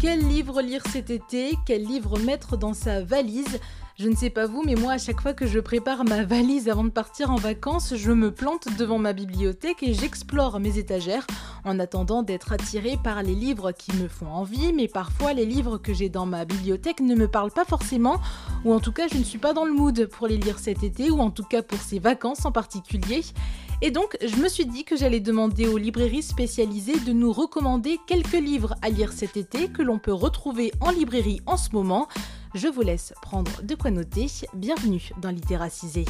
Quel livre lire cet été? Quel livre mettre dans sa valise? Je ne sais pas vous, mais moi, à chaque fois que je prépare ma valise avant de partir en vacances, je me plante devant ma bibliothèque et j'explore mes étagères en attendant d'être attirée par les livres qui me font envie, mais parfois les livres que j'ai dans ma bibliothèque ne me parlent pas forcément, ou en tout cas je ne suis pas dans le mood pour les lire cet été, ou en tout cas pour ces vacances en particulier. Et donc, je me suis dit que j'allais demander aux librairies spécialisées de nous recommander quelques livres à lire cet été que l'on peut retrouver en librairie en ce moment. Je vous laisse prendre de quoi noter. Bienvenue dans Littéracisé.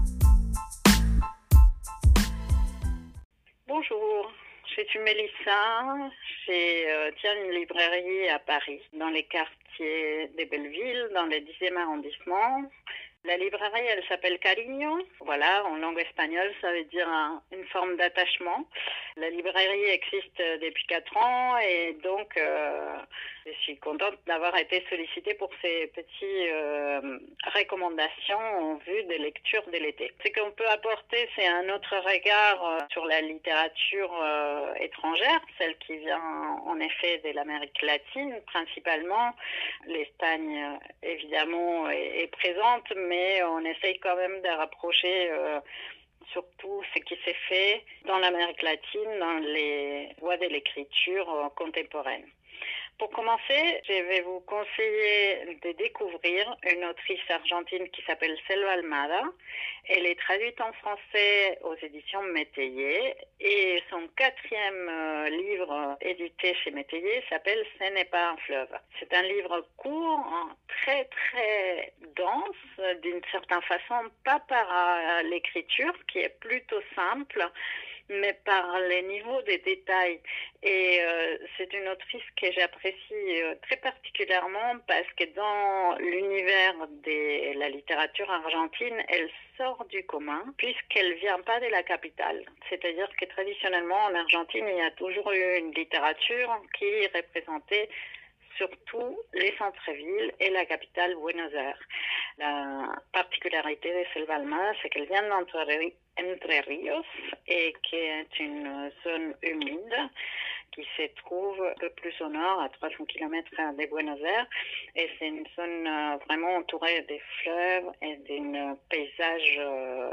Bonjour, je suis Mélissa. Tiens une librairie à Paris, dans les quartiers des Belleville, dans le 10e arrondissement. La librairie, elle s'appelle Cariño. Voilà, en langue espagnole, ça veut dire une forme d'attachement. La librairie existe depuis 4 ans et donc je suis contente d'avoir été sollicitée pour ces petites recommandations en vue des lectures de l'été. Ce qu'on peut apporter, c'est un autre regard sur la littérature étrangère, celle qui vient en effet de l'Amérique latine principalement. L'Espagne, évidemment, est présente, mais on essaye quand même de rapprocher surtout ce qui s'est fait dans l'Amérique latine, dans les voies de l'écriture contemporaine. Pour commencer, je vais vous conseiller de découvrir une autrice argentine qui s'appelle Selva Almada. Elle est traduite en français aux éditions Métayer et son 4e livre édité chez Métayer s'appelle « Ce n'est pas un fleuve ». C'est un livre court, très très dense, d'une certaine façon, pas par l'écriture qui est plutôt simple, mais par les niveaux des détails. Et c'est une autrice que j'apprécie très particulièrement parce que dans l'univers de la littérature argentine, elle sort du commun puisqu'elle vient pas de la capitale. C'est-à-dire que traditionnellement en Argentine, il y a toujours eu une littérature qui représentait surtout les centres-villes et la capitale Buenos Aires. La particularité de Selva Almada, c'est qu'elle vient d'Entre Ríos et qui est une zone humide qui se trouve un peu plus au nord, à 300 km de Buenos Aires. Et c'est une zone vraiment entourée des fleuves et d'un paysage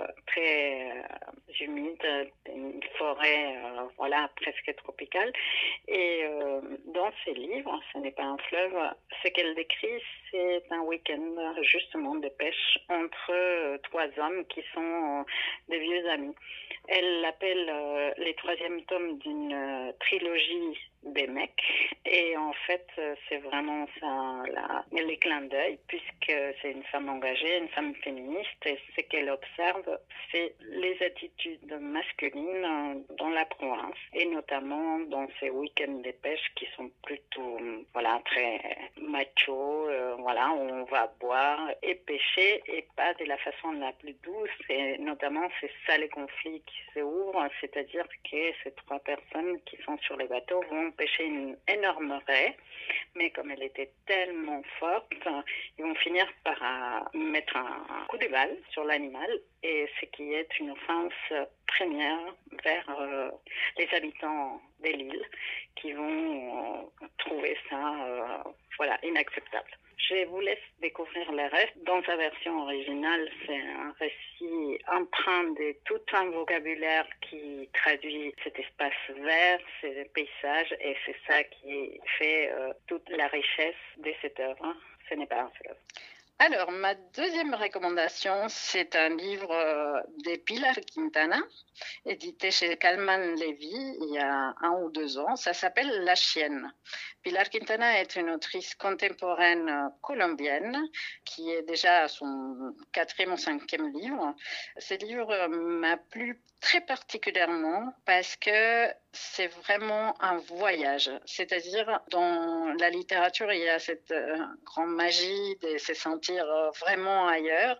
très humide, une forêt voilà, presque tropicale. Et dans ses livres, ce n'est pas un fleuve, ce qu'elle décrit, c'est un week-end justement de pêche entre 3 hommes qui sont des vieux amis. Elle l'appelle les 3e tomes d'une trilogie des mecs et en fait c'est vraiment ça les clins d'œil puisque c'est une femme engagée, une femme féministe et ce qu'elle observe c'est les attitudes masculines dans la province et notamment dans ces week-ends de pêche qui sont plutôt voilà très machos, voilà où on va boire et pêcher et pas de la façon la plus douce et notamment c'est ça les conflits qui se ouvrent, c'est-à-dire que ces 3 personnes qui sont sur les bateaux vont pêcher une énorme raie, mais comme elle était tellement forte, ils vont finir par mettre un coup de balle sur l'animal, et ce qui est une offense première vers les habitants de l'île, qui vont trouver ça voilà, inacceptable. Je vous laisse découvrir le reste. Dans sa version originale, c'est un récit empreint de tout un vocabulaire qui traduit cet espace vert, ces paysages, et c'est ça qui fait toute la richesse de cette œuvre. Ce n'est pas un fleuve. Alors, ma 2e recommandation, c'est un livre de Pilar Quintana, édité chez Calman Levy il y a 1 ou 2 ans. Ça s'appelle La Chienne. Pilar Quintana est une autrice contemporaine colombienne qui est déjà à son 4e ou 5e livre. Ce livre m'a plu très particulièrement parce que c'est vraiment un voyage. C'est-à-dire, dans la littérature, il y a cette grande magie de se sentir vraiment ailleurs.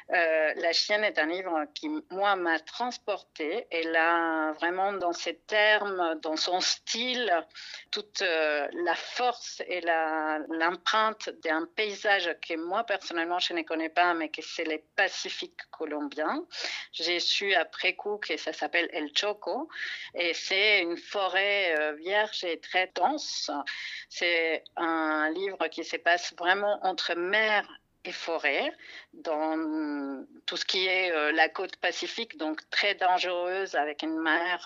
La chienne est un livre qui, moi, m'a transportée. Elle a vraiment dans ses termes, dans son style, toute la force et l'empreinte d'un paysage que moi, personnellement, je ne connais pas, mais que c'est les Pacifiques colombiens. J'ai su après coup que ça s'appelle El Choco et c'est une forêt vierge et très dense. C'est un livre qui se passe vraiment entre mer et forêt, dans tout ce qui est la côte pacifique, donc très dangereuse, avec une mer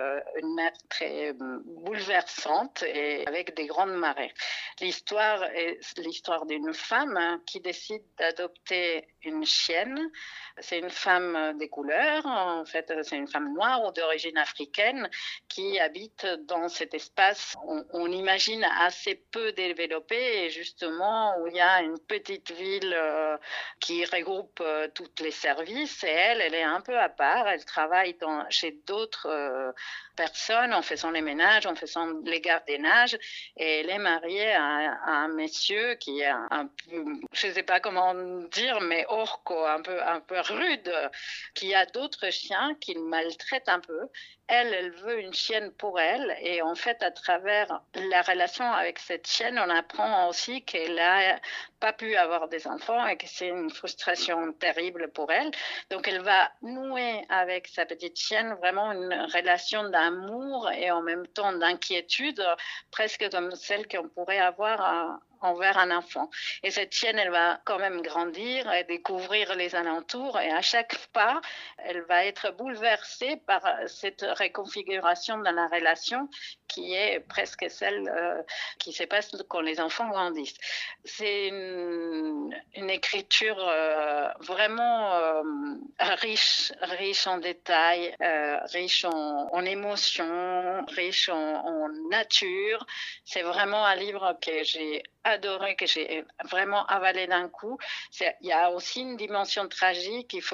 très bouleversante et avec des grandes marées. L'histoire est l'histoire d'une femme qui décide d'adopter une chienne. C'est une femme des couleurs, en fait, c'est une femme noire ou d'origine africaine qui habite dans cet espace, on imagine assez peu développé, et justement où il y a une petite ville qui regroupe tous les services, et elle est un peu à part. Elle travaille chez d'autres personnes en faisant les ménages, en faisant les gardiennages, et elle est mariée à un monsieur qui est un peu, je ne sais pas comment dire, mais orco, un peu rude, qui a d'autres chiens qu'il maltraite un peu. Elle veut une chienne pour elle, et en fait, à travers la relation avec cette chienne, on apprend aussi qu'elle n'a pas pu avoir des enfants et que c'est une frustration terrible pour elle. Donc, elle va nouer avec sa petite chienne vraiment une relation d'amour et en même temps d'inquiétude, presque comme celle qu'on pourrait avoir envers un enfant. Et cette chienne, elle va quand même grandir et découvrir les alentours, et à chaque pas, elle va être bouleversée par cette reconfiguration dans la relation qui est presque celle qui se passe quand les enfants grandissent. C'est une écriture vraiment riche en détails, riche en émotions, riche en nature. C'est vraiment un livre que j'ai adoré, que j'ai vraiment avalé d'un coup. Il y a aussi une dimension tragique, il faut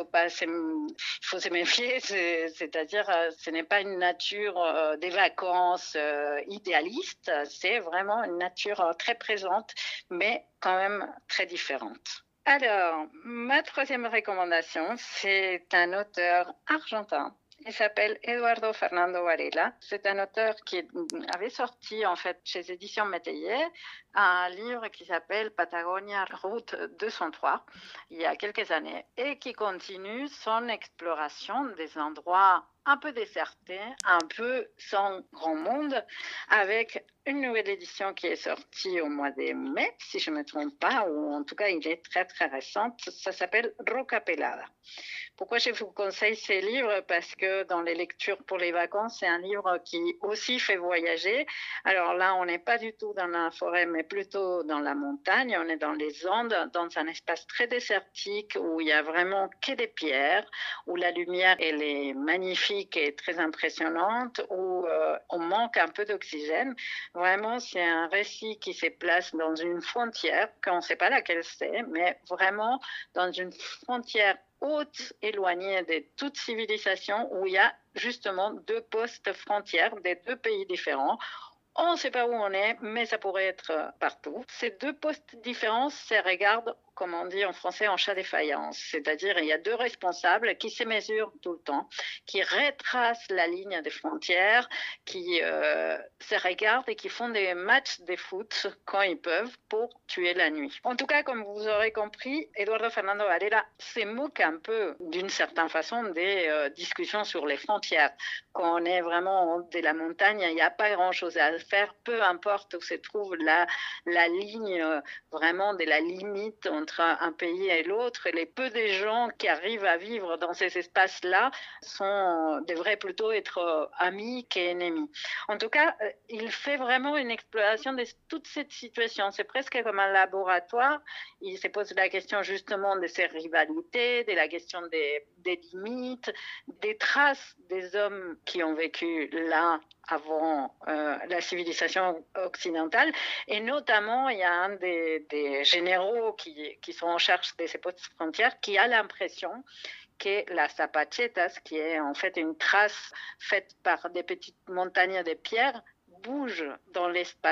se méfier, c'est-à-dire ce n'est pas une nature des vacances idéaliste, c'est vraiment une nature très présente, mais quand même très différente. Alors, ma troisième recommandation, c'est un auteur argentin. Il s'appelle Eduardo Fernando Varela. C'est un auteur qui avait sorti en fait chez Éditions Métayer un livre qui s'appelle Patagonia Route 203 il y a quelques années, et qui continue son exploration des endroits un peu désertés, un peu sans grand monde, avec une nouvelle édition qui est sortie au mois de mai, si je ne me trompe pas, ou en tout cas il est très très récente. Ça s'appelle Roca Pelada. Pourquoi je vous conseille ces livres? Parce que dans les lectures pour les vacances, c'est un livre qui aussi fait voyager. Alors là, on n'est pas du tout dans la forêt, mais plutôt dans la montagne. On est dans les Andes, dans un espace très désertique où il y a vraiment que des pierres, où la lumière elle est magnifique et très impressionnante, où on manque un peu d'oxygène. Vraiment, c'est un récit qui se place dans une frontière, qu'on ne sait pas laquelle c'est, mais vraiment dans une frontière haute, éloignée de toute civilisation, où il y a justement deux postes frontières des deux pays différents. On ne sait pas où on est, mais ça pourrait être partout. Ces deux postes différents se regardent, comme on dit en français, en chat de faïence. C'est-à-dire, il y a deux responsables qui se mesurent tout le temps, qui retracent la ligne des frontières, qui se regardent et qui font des matchs de foot quand ils peuvent pour tuer la nuit. En tout cas, comme vous aurez compris, Eduardo Fernando Varela se moque un peu, d'une certaine façon, des discussions sur les frontières. Quand on est vraiment de la montagne, il n'y a pas grand-chose à faire, peu importe où se trouve la ligne vraiment de la limite entre un pays et l'autre. Les peu des gens qui arrivent à vivre dans ces espaces-là devraient plutôt être amis qu'ennemis. En tout cas, il fait vraiment une exploration de toute cette situation. C'est presque comme un laboratoire. Il se pose la question justement de ces rivalités, de la question des limites, des traces des hommes qui ont vécu là avant la civilisation occidentale. Et notamment, il y a un des généraux qui sont en charge de ces postes frontières qui a l'impression que la Zapachetas, qui est en fait une trace faite par des petites montagnes de pierres, bouge dans l'espace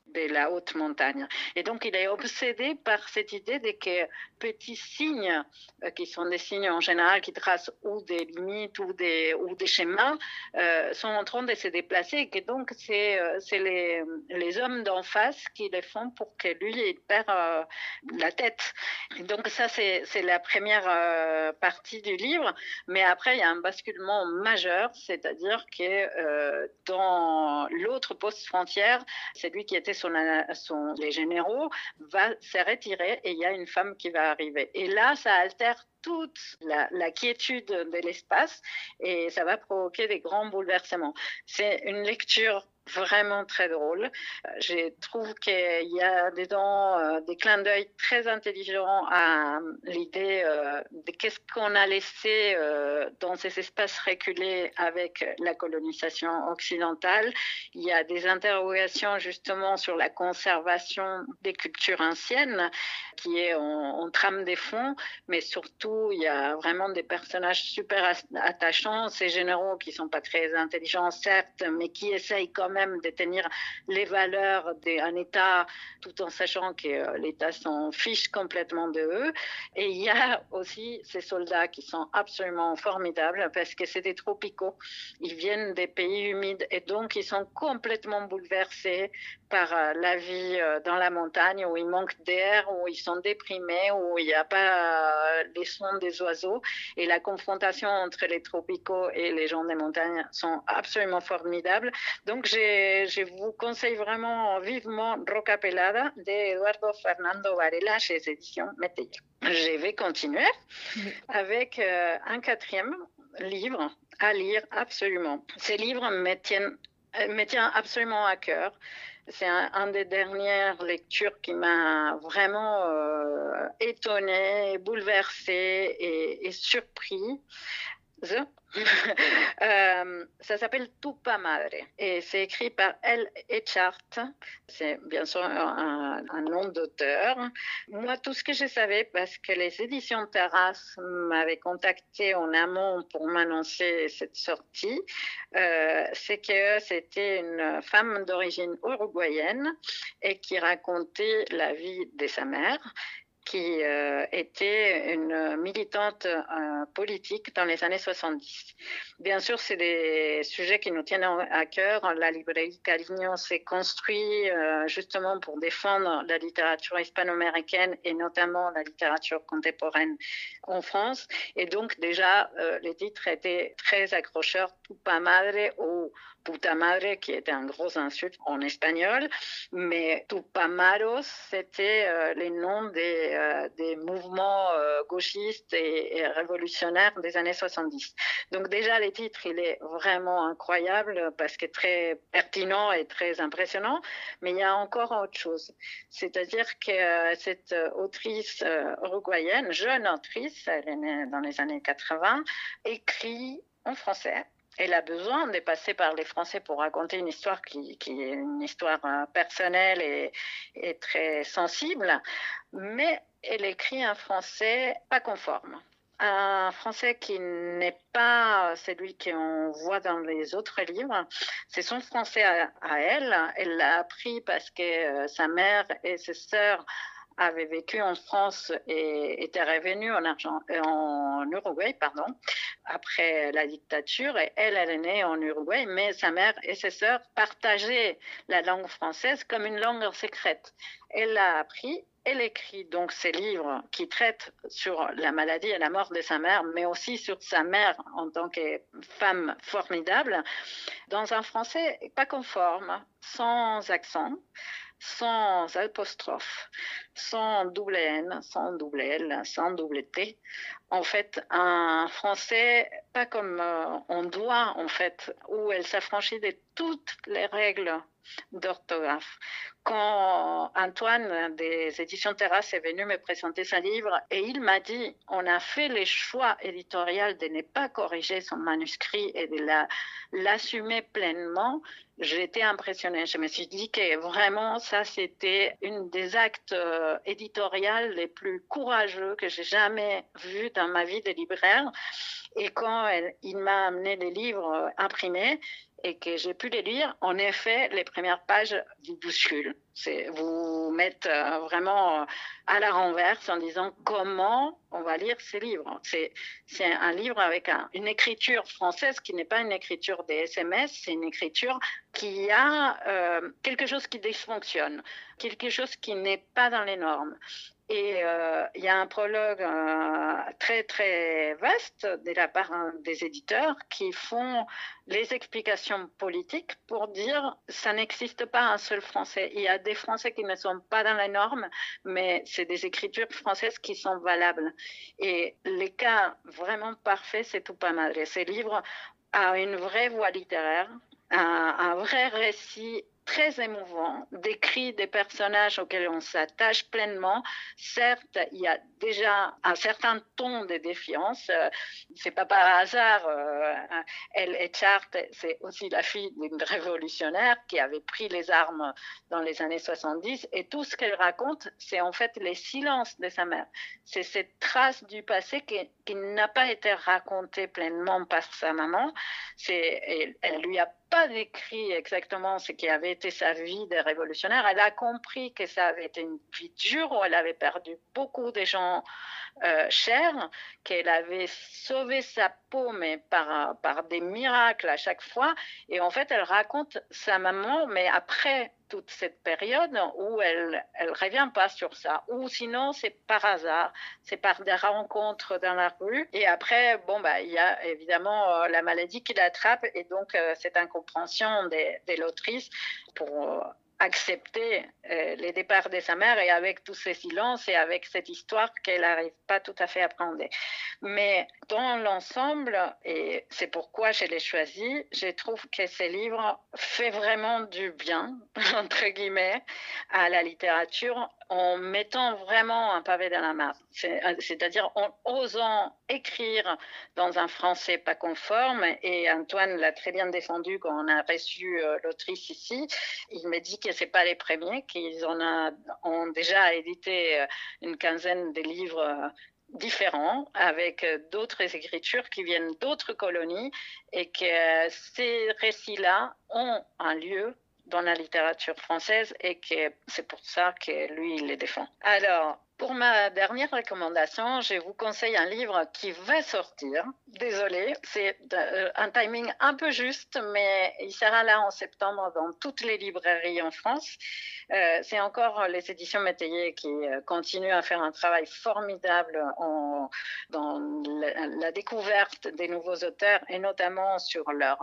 de la haute montagne. Et donc, il est obsédé par cette idée de que petits signes, qui sont des signes en général qui tracent ou des limites ou des schémas, sont en train de se déplacer et que donc c'est les hommes d'en face qui les font pour que lui il perd la tête. Et donc ça, c'est la première partie du livre. Mais après, il y a un basculement majeur, c'est-à-dire que dans l'autre poste frontière, c'est lui qui était les généraux, va se retirer et il y a une femme qui va arriver. Et là, ça altère toute la quiétude de l'espace et ça va provoquer des grands bouleversements. C'est une lecture vraiment très drôle. Je trouve qu'il y a dedans des clins d'œil très intelligents à l'idée de qu'est-ce qu'on a laissé dans ces espaces reculés avec la colonisation occidentale. Il y a des interrogations justement sur la conservation des cultures anciennes qui est en trame des fonds, mais surtout il y a vraiment des personnages super attachants, ces généraux qui sont pas très intelligents certes, mais qui essayent quand même de tenir les valeurs d'un État tout en sachant que l'État s'en fiche complètement de eux. Et il y a aussi ces soldats qui sont absolument formidables parce que c'est des tropicaux, ils viennent des pays humides et donc ils sont complètement bouleversés par la vie dans la montagne où il manque d'air, où ils sont déprimés, où il n'y a pas les sons des oiseaux. Et la confrontation entre les tropicaux et les gens des montagnes sont absolument formidables. Donc, je vous conseille vraiment vivement Roca Pelada de Eduardo Fernando Varela chez Éditions Métayer. Je vais continuer avec un quatrième livre à lire absolument. Ces livres me tiennent absolument à cœur. C'est un des dernières lectures qui m'a vraiment étonnée, bouleversée et surprise. Ça s'appelle Tupa Madre et c'est écrit par Elle Echart. C'est bien sûr un nom d'auteur. Moi, tout ce que je savais, parce que les éditions Terrasse m'avaient contacté en amont pour m'annoncer cette sortie, c'est que c'était une femme d'origine uruguayenne et qui racontait la vie de sa mère, qui était une militante politique dans les années 70. Bien sûr, c'est des sujets qui nous tiennent à cœur. La librairie Carignan s'est construite justement pour défendre la littérature hispano-américaine et notamment la littérature contemporaine en France. Et donc déjà, les titres étaient très accrocheurs. Tupa Madre ou Puta Madre, qui était un gros insulte en espagnol, mais Tupamaros, c'était les noms des mouvements gauchistes et révolutionnaires des années 70. Donc déjà, les titres, il est vraiment incroyable parce que très pertinent et très impressionnant, mais il y a encore autre chose. C'est-à-dire que cette autrice uruguayenne, jeune autrice, elle est née dans les années 80, écrit en français. Elle a besoin de passer par les Français pour raconter une histoire qui est une histoire personnelle et très sensible, mais elle écrit un français pas conforme. Un français qui n'est pas celui qu'on voit dans les autres livres. C'est son français à elle. Elle l'a appris parce que sa mère et ses sœurs avait vécu en France et était revenu en Uruguay, après la dictature. Et elle est née en Uruguay, mais sa mère et ses sœurs partageaient la langue française comme une langue secrète. Elle l'a appris. Elle écrit donc ces livres qui traitent sur la maladie et la mort de sa mère, mais aussi sur sa mère en tant que femme formidable, dans un français pas conforme, sans accent, sans apostrophe, sans double N, sans double L, sans double T. En fait, un français pas comme on doit, en fait, où elle s'affranchit de toutes les règles d'orthographe. Quand Antoine des éditions Terrasse est venu me présenter son livre et il m'a dit on a fait le choix éditorial de ne pas corriger son manuscrit et de l'assumer pleinement, j'étais impressionnée. Je me suis dit que vraiment ça c'était une des actes éditoriaux les plus courageux que j'ai jamais vu dans ma vie de libraire. Et quand il m'a amené les livres imprimés et que j'ai pu les lire, en effet, les premières pages vous bousculent. Vous mettent vraiment à la renverse en disant comment on va lire ces livres. C'est un livre avec une écriture française qui n'est pas une écriture des SMS, c'est une écriture qui a quelque chose qui dysfonctionne, quelque chose qui n'est pas dans les normes. Et il y a un prologue très très vaste de la part des éditeurs qui font les explications politiques pour dire ça n'existe pas un seul français. Il y a des français qui ne sont pas dans les normes, mais c'est des écritures françaises qui sont valables. Et les cas vraiment parfaits, c'est Tupa Madre. Ce livre a une vraie voix littéraire, un vrai récit très émouvant, décrit des personnages auxquels on s'attache pleinement. Certes, il y a déjà un certain ton de défiance. C'est pas par hasard. Elle, Echarte, c'est aussi la fille d'une révolutionnaire qui avait pris les armes dans les années 70. Et tout ce qu'elle raconte, c'est en fait les silences de sa mère. C'est cette trace du passé qui n'a pas été racontée pleinement par sa maman. Elle lui a pas décrit exactement ce qui avait été sa vie de révolutionnaire. Elle a compris que ça avait été une vie dure où elle avait perdu beaucoup de gens chers, qu'elle avait sauvé sa peau, mais par des miracles à chaque fois. Et en fait, elle raconte sa maman, mais après toute cette période où elle revient pas sur ça. Ou sinon, c'est par hasard, c'est par des rencontres dans la rue. Et après, il y a évidemment la maladie qui l'attrape et donc cette incompréhension de l'autrice pour accepter les départs de sa mère et avec tous ces silences et avec cette histoire qu'elle n'arrive pas tout à fait à prendre. Mais dans l'ensemble, et c'est pourquoi je l'ai choisi, je trouve que ce livre fait vraiment du bien, entre guillemets, à la littérature en mettant vraiment un pavé dans la mare. C'est-à-dire en osant écrire dans un français pas conforme, et Antoine l'a très bien défendu quand on a reçu l'autrice ici. Il me dit que c'est pas les premiers, qu'ils ont déjà édité une quinzaine de livres différents, avec d'autres écritures qui viennent d'autres colonies, et que ces récits-là ont un lieu dans la littérature française et que c'est pour ça que lui, il les défend. Alors, pour ma dernière recommandation, je vous conseille un livre qui va sortir. Désolée, c'est un timing un peu juste, mais il sera là en septembre dans toutes les librairies en France. C'est encore les éditions Métayer qui continuent à faire un travail formidable dans la découverte des nouveaux auteurs et notamment sur leur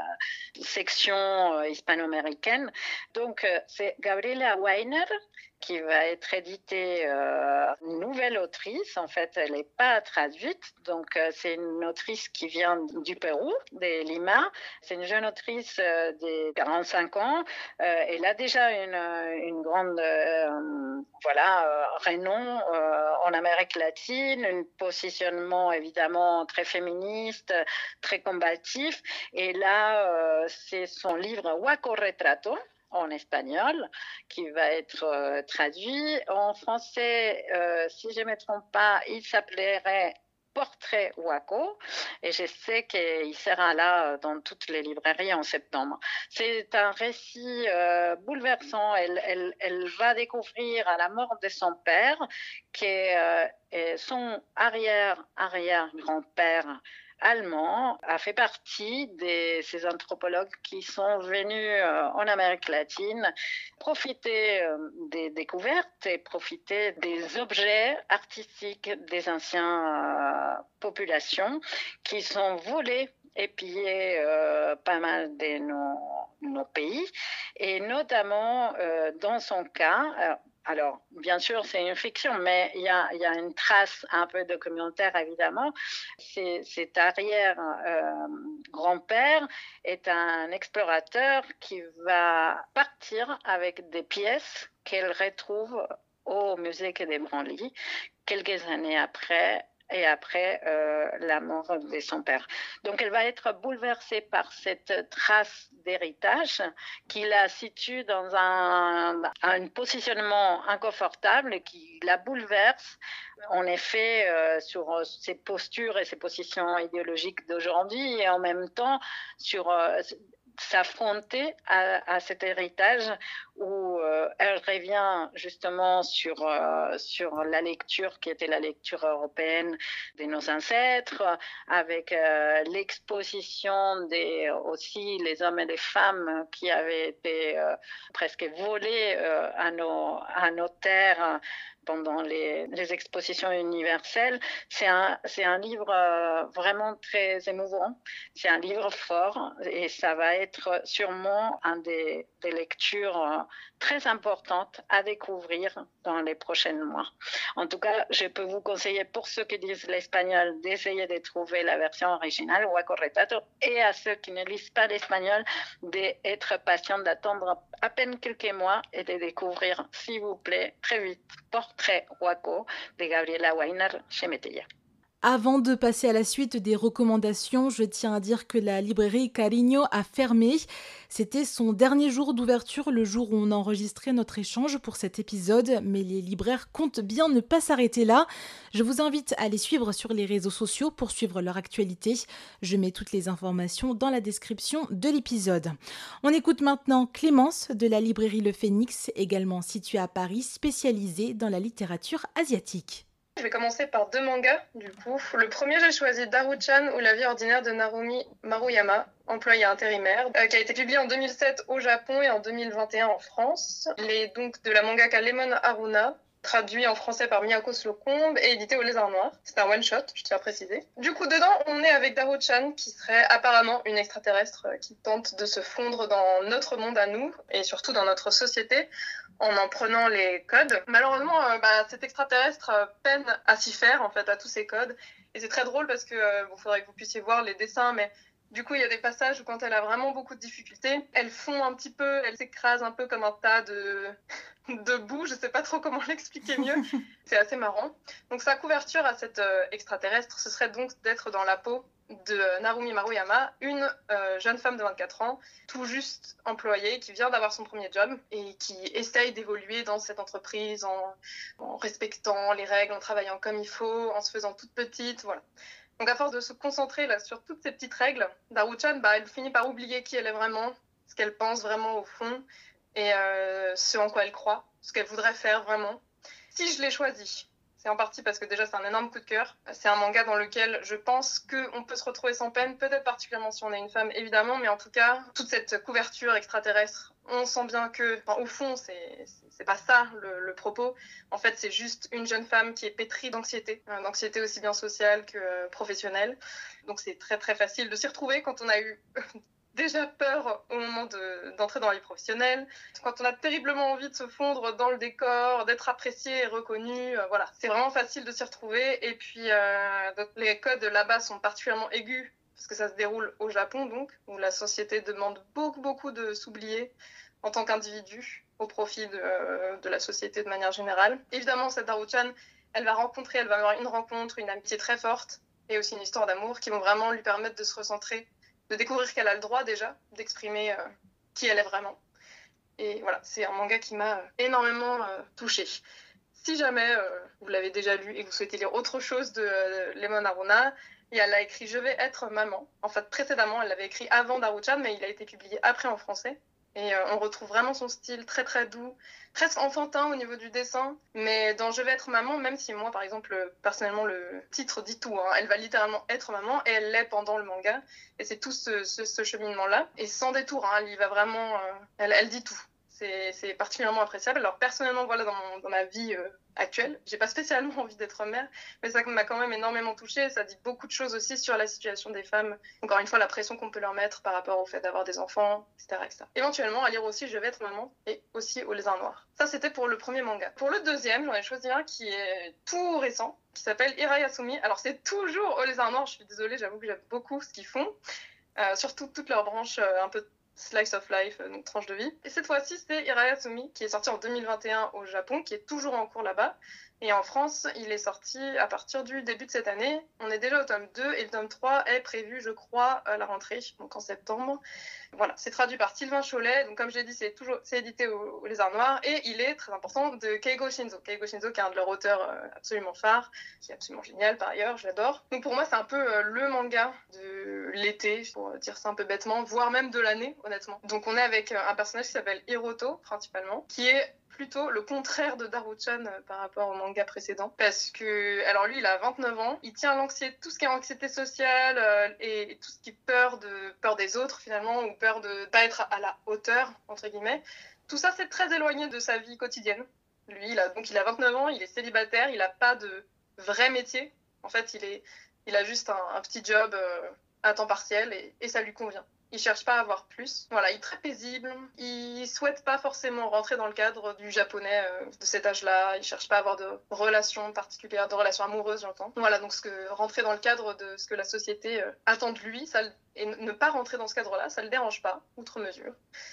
section hispano-américaine. Donc, c'est Gabriela Weiner qui va être éditée, une nouvelle autrice. En fait, elle n'est pas traduite. Donc, c'est une autrice qui vient du Pérou, de Lima. C'est une jeune autrice de 45 ans. Elle a déjà une grande renom en Amérique latine, un positionnement évidemment très féministe, très combatif. Et là, c'est son livre Waco Retrato, en espagnol, qui va être traduit. En français, si je ne me trompe pas, il s'appellerait Portrait Waco, et je sais qu'il sera là dans toutes les librairies en septembre. C'est un récit bouleversant. Elle va découvrir à la mort de son père, qui est son arrière-grand-père allemand, a fait partie de ces anthropologues qui sont venus en Amérique latine profiter des découvertes et profiter des objets artistiques des anciennes populations qui sont volés et pillés pas mal de nos pays, et notamment dans son cas. Alors, bien sûr, c'est une fiction, mais il y a une trace un peu documentaire, évidemment. Cet arrière-grand-père est un explorateur qui va partir avec des pièces qu'elle retrouve au musée Quai des Branly quelques années après et après la mort de son père. Donc elle va être bouleversée par cette trace d'héritage qui la situe dans un positionnement inconfortable et qui la bouleverse en effet sur ses postures et ses positions idéologiques d'aujourd'hui et en même temps sur s'affronter à cet héritage où elle revient justement sur la lecture qui était la lecture européenne de nos ancêtres, avec l'exposition aussi les hommes et les femmes qui avaient été presque volés à nos terres pendant les expositions universelles. C'est un livre vraiment très émouvant, c'est un livre fort et ça va être sûrement un des lectures très importantes à découvrir dans les prochains mois. En tout cas, je peux vous conseiller pour ceux qui lisent l'espagnol d'essayer de trouver la version originale, Waco Retato, et à ceux qui ne lisent pas l'espagnol d'être patient, d'attendre à peine quelques mois et de découvrir, s'il vous plaît, très vite, Portrait Waco de Gabriela Weiner chez Metella. Avant de passer à la suite des recommandations, je tiens à dire que la librairie Cariño a fermé. C'était son dernier jour d'ouverture, le jour où on a enregistré notre échange pour cet épisode, mais les libraires comptent bien ne pas s'arrêter là. Je vous invite à les suivre sur les réseaux sociaux pour suivre leur actualité. Je mets toutes les informations dans la description de l'épisode. On écoute maintenant Clémence de la librairie Le Phénix, également située à Paris, spécialisée dans la littérature asiatique. Je vais commencer par 2 mangas, du coup. Le premier, j'ai choisi Daru-chan ou La vie ordinaire de Narumi Maruyama, employé intérimaire, qui a été publié en 2007 au Japon et en 2021 en France. Il est donc de la mangaka Lemon Haruna, traduit en français par Miyako Slocombe et édité au Lézard Noir. C'est un one-shot, je tiens à préciser. Du coup, dedans, on est avec Daru-chan, qui serait apparemment une extraterrestre qui tente de se fondre dans notre monde à nous, et surtout dans notre société, en prenant les codes. Malheureusement, cet extraterrestre peine à s'y faire, en fait, à tous ces codes. Et c'est très drôle parce que, faudrait que vous puissiez voir les dessins, mais du coup, il y a des passages où quand elle a vraiment beaucoup de difficultés, elle fond un petit peu, elle s'écrase un peu comme un tas de boue, je sais pas trop comment l'expliquer mieux. C'est assez marrant. Donc sa couverture à cette extraterrestre, ce serait donc d'être dans la peau de Narumi Maruyama, une jeune femme de 24 ans, tout juste employée, qui vient d'avoir son premier job et qui essaye d'évoluer dans cette entreprise en respectant les règles, en travaillant comme il faut, en se faisant toute petite, voilà. Donc à force de se concentrer là, sur toutes ces petites règles, Daru-chan, elle finit par oublier qui elle est vraiment, ce qu'elle pense vraiment au fond, et ce en quoi elle croit, ce qu'elle voudrait faire vraiment. Si je l'ai choisi, c'est en partie parce que déjà c'est un énorme coup de cœur. C'est un manga dans lequel je pense qu'on peut se retrouver sans peine, peut-être particulièrement si on est une femme évidemment, mais en tout cas, toute cette couverture extraterrestre, on sent bien que, au fond, c'est pas ça le propos. En fait, c'est juste une jeune femme qui est pétrie d'anxiété aussi bien sociale que professionnelle. Donc c'est très très facile de s'y retrouver quand on a eu déjà peur au moment d'entrer dans la vie professionnelle, quand on a terriblement envie de se fondre dans le décor, d'être apprécié et reconnu, voilà. C'est vraiment facile de s'y retrouver. Et puis, donc, les codes là-bas sont particulièrement aigus, parce que ça se déroule au Japon, donc, où la société demande beaucoup de s'oublier en tant qu'individu, au profit de la société de manière générale. Évidemment, cette Daru-chan, elle va avoir une rencontre, une amitié très forte, et aussi une histoire d'amour qui vont vraiment lui permettre de se recentrer, de découvrir qu'elle a le droit déjà d'exprimer qui elle est vraiment. Et voilà, c'est un manga qui m'a énormément touchée. Si jamais vous l'avez déjà lu et que vous souhaitez lire autre chose de Lemon Haruna, elle a écrit « Je vais être maman ». En fait, précédemment, elle l'avait écrit avant Daru-chan, mais il a été publié après en français. Et on retrouve vraiment son style très très doux, presque enfantin au niveau du dessin. Mais dans Je vais être maman, même si moi, par exemple, personnellement, le titre dit tout. Hein, elle va littéralement être maman et elle l'est pendant le manga. Et c'est tout ce cheminement-là. Et sans détour, hein, elle y va vraiment... elle dit tout. C'est particulièrement appréciable. Alors personnellement, voilà, dans ma vie actuelle, j'ai pas spécialement envie d'être mère, mais ça m'a quand même énormément touchée. Ça dit beaucoup de choses aussi sur la situation des femmes. Encore une fois, la pression qu'on peut leur mettre par rapport au fait d'avoir des enfants, etc., etc. Éventuellement, à lire aussi Je vais être maman et aussi Au Lézard Noir. Ça, c'était pour le premier manga. Pour le deuxième, j'en ai choisi un qui est tout récent, qui s'appelle Hirayasumi. Alors c'est toujours Au Lézard Noir. Je suis désolée, j'avoue que j'aime beaucoup ce qu'ils font. Surtout toutes leurs branches un peu slice of life, donc tranche de vie. Et cette fois-ci, c'est Hirayasumi, qui est sorti en 2021 au Japon, qui est toujours en cours là-bas. Et en France, il est sorti à partir du début de cette année. On est déjà au tome 2 et le tome 3 est prévu, je crois, à la rentrée, donc en septembre. Voilà, c'est traduit par Sylvain Cholet. Donc, comme je l'ai dit, c'est édité au Lézard Noir. Et il est, très important, de Keigo Shinzo. Keigo Shinzo, qui est un de leurs auteurs absolument phares, qui est absolument génial par ailleurs, je l'adore. Donc, pour moi, c'est un peu le manga de l'été, pour dire ça un peu bêtement, voire même de l'année, honnêtement. Donc, on est avec un personnage qui s'appelle Hiroto, principalement, qui est plutôt le contraire de Daruchan par rapport au manga précédent. Parce que, alors lui, il a 29 ans, il tient tout ce qui est anxiété sociale et tout ce qui est peur des autres finalement, ou peur de pas être à la hauteur, entre guillemets. Tout ça, c'est très éloigné de sa vie quotidienne. Lui, il a 29 ans, il est célibataire, il n'a pas de vrai métier. En fait, il a juste un petit job à temps partiel et ça lui convient. Il cherche pas à avoir plus. Voilà, il est très paisible. Il souhaite pas forcément rentrer dans le cadre du japonais de cet âge-là. Il cherche pas à avoir de relations particulières, de relations amoureuses, j'entends. Voilà, donc rentrer dans le cadre de ce que la société attend de lui, et ne pas rentrer dans ce cadre-là, ça le dérange pas, outre mesure.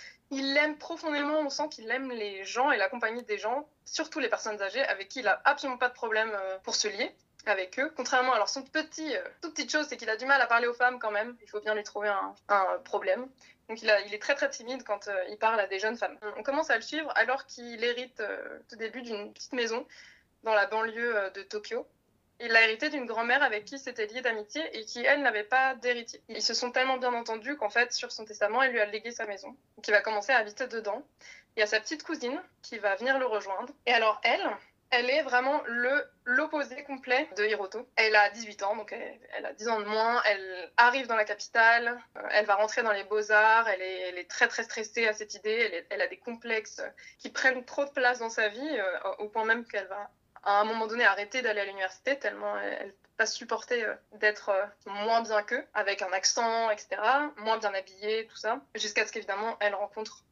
Il aime profondément, on sent qu'il aime les gens et la compagnie des gens, surtout les personnes âgées, avec qui il a absolument pas de problème pour se lier avec eux. Contrairement, alors son toute petite chose, c'est qu'il a du mal à parler aux femmes quand même. Il faut bien lui trouver un problème. Donc il est très très timide quand il parle à des jeunes femmes. On commence à le suivre alors qu'il hérite au début d'une petite maison dans la banlieue de Tokyo. Il l'a hérité d'une grand-mère avec qui il s'était lié d'amitié et qui, elle, n'avait pas d'héritier. Ils se sont tellement bien entendus qu'en fait, sur son testament, elle lui a légué sa maison. Donc il va commencer à habiter dedans. Il y a sa petite cousine qui va venir le rejoindre. Et alors elle est vraiment l'opposé complet de Hiroto. Elle a 18 ans, donc elle a 10 ans de moins. Elle arrive dans la capitale, elle va rentrer dans les beaux-arts, elle est très très stressée à cette idée, elle a des complexes qui prennent trop de place dans sa vie, au point même qu'elle va à un moment donné arrêter d'aller à l'université tellement elle peut pas supporter d'être moins bien qu'eux, avec un accent, etc., moins bien habillée, tout ça, jusqu'à ce qu'évidemment elle rencontre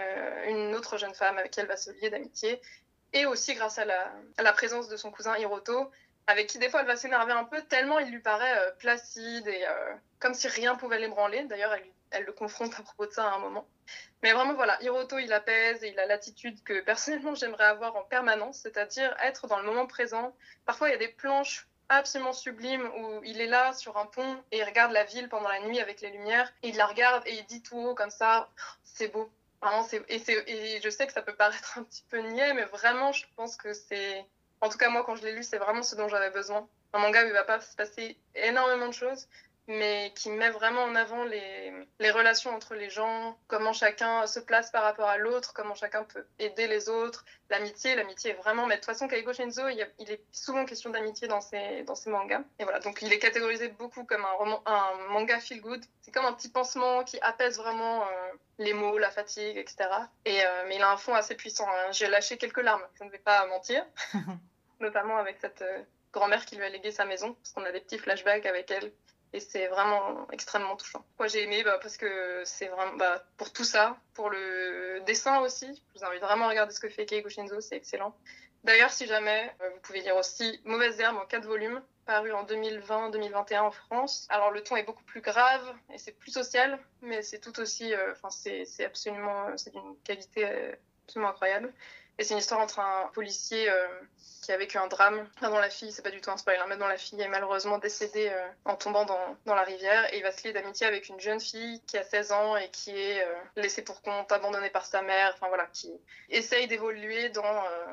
une autre jeune femme avec qui elle va se lier d'amitié. Et aussi grâce à la présence de son cousin Hiroto, avec qui des fois elle va s'énerver un peu, tellement il lui paraît placide et comme si rien pouvait l'ébranler. D'ailleurs, elle le confronte à propos de ça à un moment. Mais vraiment, voilà, Hiroto, il apaise et il a l'attitude que personnellement j'aimerais avoir en permanence, c'est-à-dire être dans le moment présent. Parfois, il y a des planches absolument sublimes où il est là sur un pont et il regarde la ville pendant la nuit avec les lumières. Et il la regarde et il dit tout haut comme ça, c'est beau. Vraiment, et je sais que ça peut paraître un petit peu niais, mais vraiment, je pense que c'est... En tout cas, moi, quand je l'ai lu, c'est vraiment ce dont j'avais besoin. Un manga où il ne va pas se passer énormément de choses, mais qui met vraiment en avant les relations entre les gens, comment chacun se place par rapport à l'autre, comment chacun peut aider les autres. L'amitié est vraiment... Mais de toute façon, Keigo Shinzo, il est souvent question d'amitié dans ses mangas. Et voilà, donc il est catégorisé beaucoup comme un manga feel good. C'est comme un petit pansement qui apaise vraiment les maux, la fatigue, etc. Mais il a un fond assez puissant. Hein. J'ai lâché quelques larmes, je ne vais pas mentir. Notamment avec cette grand-mère qui lui a légué sa maison, parce qu'on a des petits flashbacks avec elle. Et c'est vraiment extrêmement touchant. Moi, j'ai aimé parce que c'est vraiment... pour tout ça, pour le dessin aussi, je vous invite vraiment à regarder ce que fait Keigo Shinzo, c'est excellent. D'ailleurs, si jamais, vous pouvez lire aussi Mauvaise herbe en 4 volumes, paru en 2020-2021 en France. Alors, le ton est beaucoup plus grave et c'est plus social, mais c'est tout aussi... c'est absolument... c'est d'une qualité absolument incroyable. Et c'est une histoire entre un policier qui a vécu un drame, dont la fille, c'est pas du tout un spoil, mais dont la fille est malheureusement décédée en tombant dans la rivière. Et il va se lier d'amitié avec une jeune fille qui a 16 ans et qui est laissée pour compte, abandonnée par sa mère, enfin voilà, qui essaye d'évoluer dans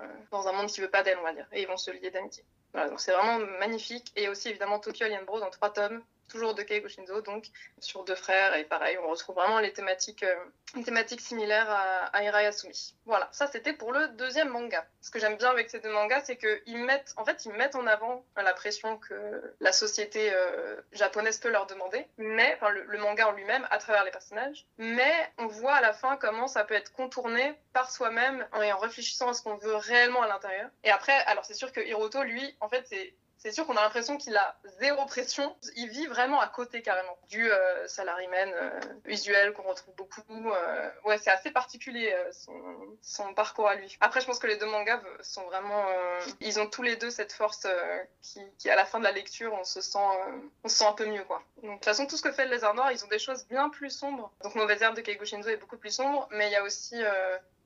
un monde qui veut pas d'elle, on va dire. Et ils vont se lier d'amitié. Voilà, donc c'est vraiment magnifique. Et aussi évidemment Tokyo Alien Bros en 3 tomes, toujours de Keigo Shinzo, donc sur 2 frères, et pareil, on retrouve vraiment les thématiques similaires à Ira Yasumi. Voilà, ça c'était pour le 2e manga. Ce que j'aime bien avec ces 2 mangas, c'est qu'ils mettent en avant la pression que la société japonaise peut leur demander, mais le manga en lui-même, à travers les personnages, mais on voit à la fin comment ça peut être contourné par soi-même et en réfléchissant à ce qu'on veut réellement à l'intérieur. Et après, alors c'est sûr que Hiroto, lui, en fait, c'est sûr qu'on a l'impression qu'il a 0 pression. Il vit vraiment à côté, carrément, du salaryman usuel qu'on retrouve beaucoup. Ouais, c'est assez particulier, son parcours à lui. Après, je pense que les 2 mangas sont vraiment... ils ont tous les 2 cette force qui, à la fin de la lecture, on se sent un peu mieux, quoi. Donc, de toute façon, tout ce que fait le Lézard Noir, ils ont des choses bien plus sombres. Donc, Mauvaise herbe de Keigo Shinzo est beaucoup plus sombre, mais il y a aussi...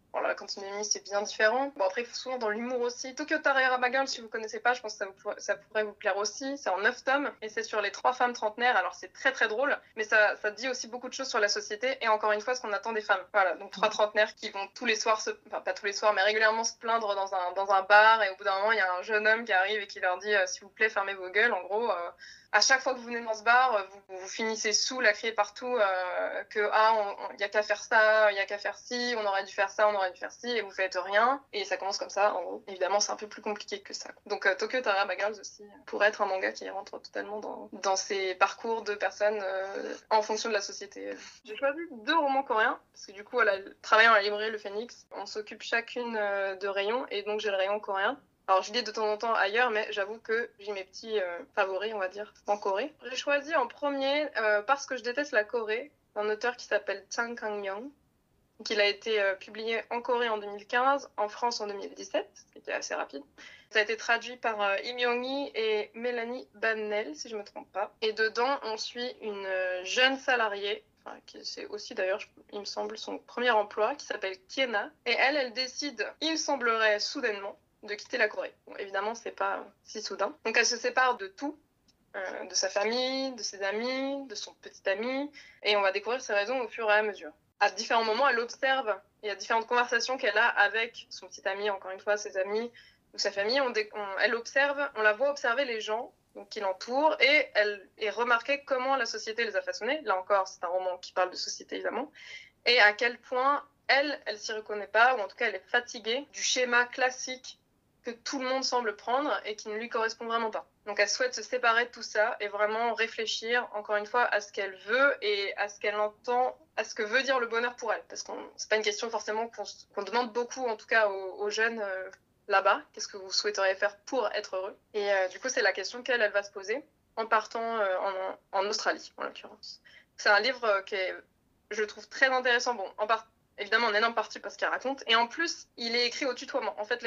Voilà, quand il est mis, c'est bien différent. Bon, après, souvent dans l'humour aussi. Tokyo Tararaba Girl, si vous connaissez pas, je pense que ça pourrait vous plaire aussi. C'est en 9 tomes et c'est sur les 3 femmes trentenaires. Alors, c'est très très drôle, mais ça dit aussi beaucoup de choses sur la société et encore une fois, ce qu'on attend des femmes. Voilà, donc 3 trentenaires qui vont tous les soirs, enfin pas tous les soirs, mais régulièrement se plaindre dans un bar et au bout d'un moment, il y a un jeune homme qui arrive et qui leur dit s'il vous plaît, fermez vos gueules. En gros, à chaque fois que vous venez dans ce bar, vous finissez saoul à crier partout que y a qu'à faire ça, il y a qu'à faire ci, on aurait dû faire ça, on aurait dû faire ci, et vous faites rien. Et ça commence comme ça, en gros. Évidemment, c'est un peu plus compliqué que ça. Donc Tokyo Tararaba Girls aussi pourrait être un manga qui rentre totalement dans ces parcours de personnes en fonction de la société. J'ai choisi 2 romans coréens, parce que du coup, travaillant à la librairie Le Phénix, on s'occupe chacune de rayons, et donc j'ai le rayon coréen. Alors, je lis de temps en temps ailleurs, mais j'avoue que j'ai mes petits favoris, on va dire, en Corée. J'ai choisi en premier, parce que je déteste la Corée, un auteur qui s'appelle Chang Kang-myung, qu'il a été publié en Corée en 2015, en France en 2017, ce qui était assez rapide. Ça a été traduit par Im Young-hee et Mélanie Bannel, si je ne me trompe pas. Et dedans, on suit une jeune salariée, qui c'est aussi d'ailleurs, il me semble, son premier emploi, qui s'appelle Kiena. Et elle décide, il semblerait soudainement, de quitter la Corée. Bon, évidemment, c'est pas si soudain. Donc elle se sépare de tout, de sa famille, de ses amis, de son petit ami, et on va découvrir ses raisons au fur et à mesure. À différents moments, elle observe, il y a différentes conversations qu'elle a avec son petit ami, encore une fois, ses amis ou sa famille. Elle observe, on la voit observer les gens qui l'entourent, et elle est remarquée comment la société les a façonnés. Là encore, c'est un roman qui parle de société, évidemment, et à quel point elle s'y reconnaît pas, ou en tout cas, elle est fatiguée du schéma classique que tout le monde semble prendre et qui ne lui correspond vraiment pas. Donc elle souhaite se séparer de tout ça et vraiment réfléchir, encore une fois, à ce qu'elle veut et à ce qu'elle entend, à ce que veut dire le bonheur pour elle. Parce que c'est pas une question forcément qu'on demande beaucoup, en tout cas aux jeunes là-bas. Qu'est-ce que vous souhaiteriez faire pour être heureux? Et du coup, c'est la question qu'elle va se poser en partant en Australie, en l'occurrence. C'est un livre qui est, je trouve, très intéressant. Bon, évidemment en énorme partie parce qu'elle raconte, et en plus il est écrit au tutoiement. En fait,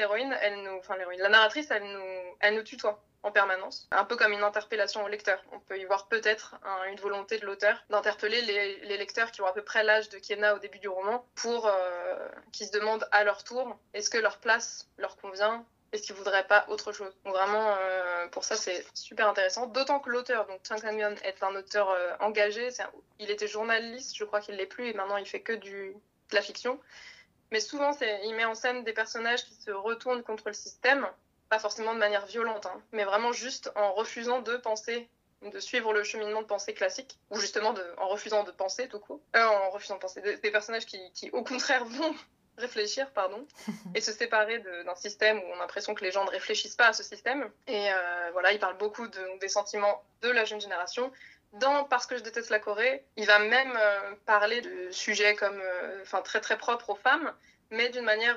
la narratrice, elle nous tutoie en permanence, un peu comme une interpellation au lecteur. On peut y voir peut-être une volonté de l'auteur d'interpeller les lecteurs qui ont à peu près l'âge de Kiena au début du roman, pour qu'ils se demandent à leur tour est-ce que leur place leur convient, est-ce qu'ils voudraient pas autre chose. Donc vraiment, pour ça, c'est super intéressant. D'autant que l'auteur, donc Chang Kang-myung, est un auteur engagé. Il était journaliste, je crois qu'il l'est plus, et maintenant il fait que de la fiction. Mais souvent, il met en scène des personnages qui se retournent contre le système, pas forcément de manière violente, mais vraiment juste en refusant de suivre le cheminement de pensée classique, ou justement en refusant de penser tout court. En refusant de penser. Des personnages qui, au contraire, vont réfléchir, et se séparer d'un système où on a l'impression que les gens ne réfléchissent pas à ce système. Et voilà, il parle beaucoup des sentiments de la jeune génération. Parce que je déteste la Corée, il va même parler de sujets comme, très très propres aux femmes, mais d'une manière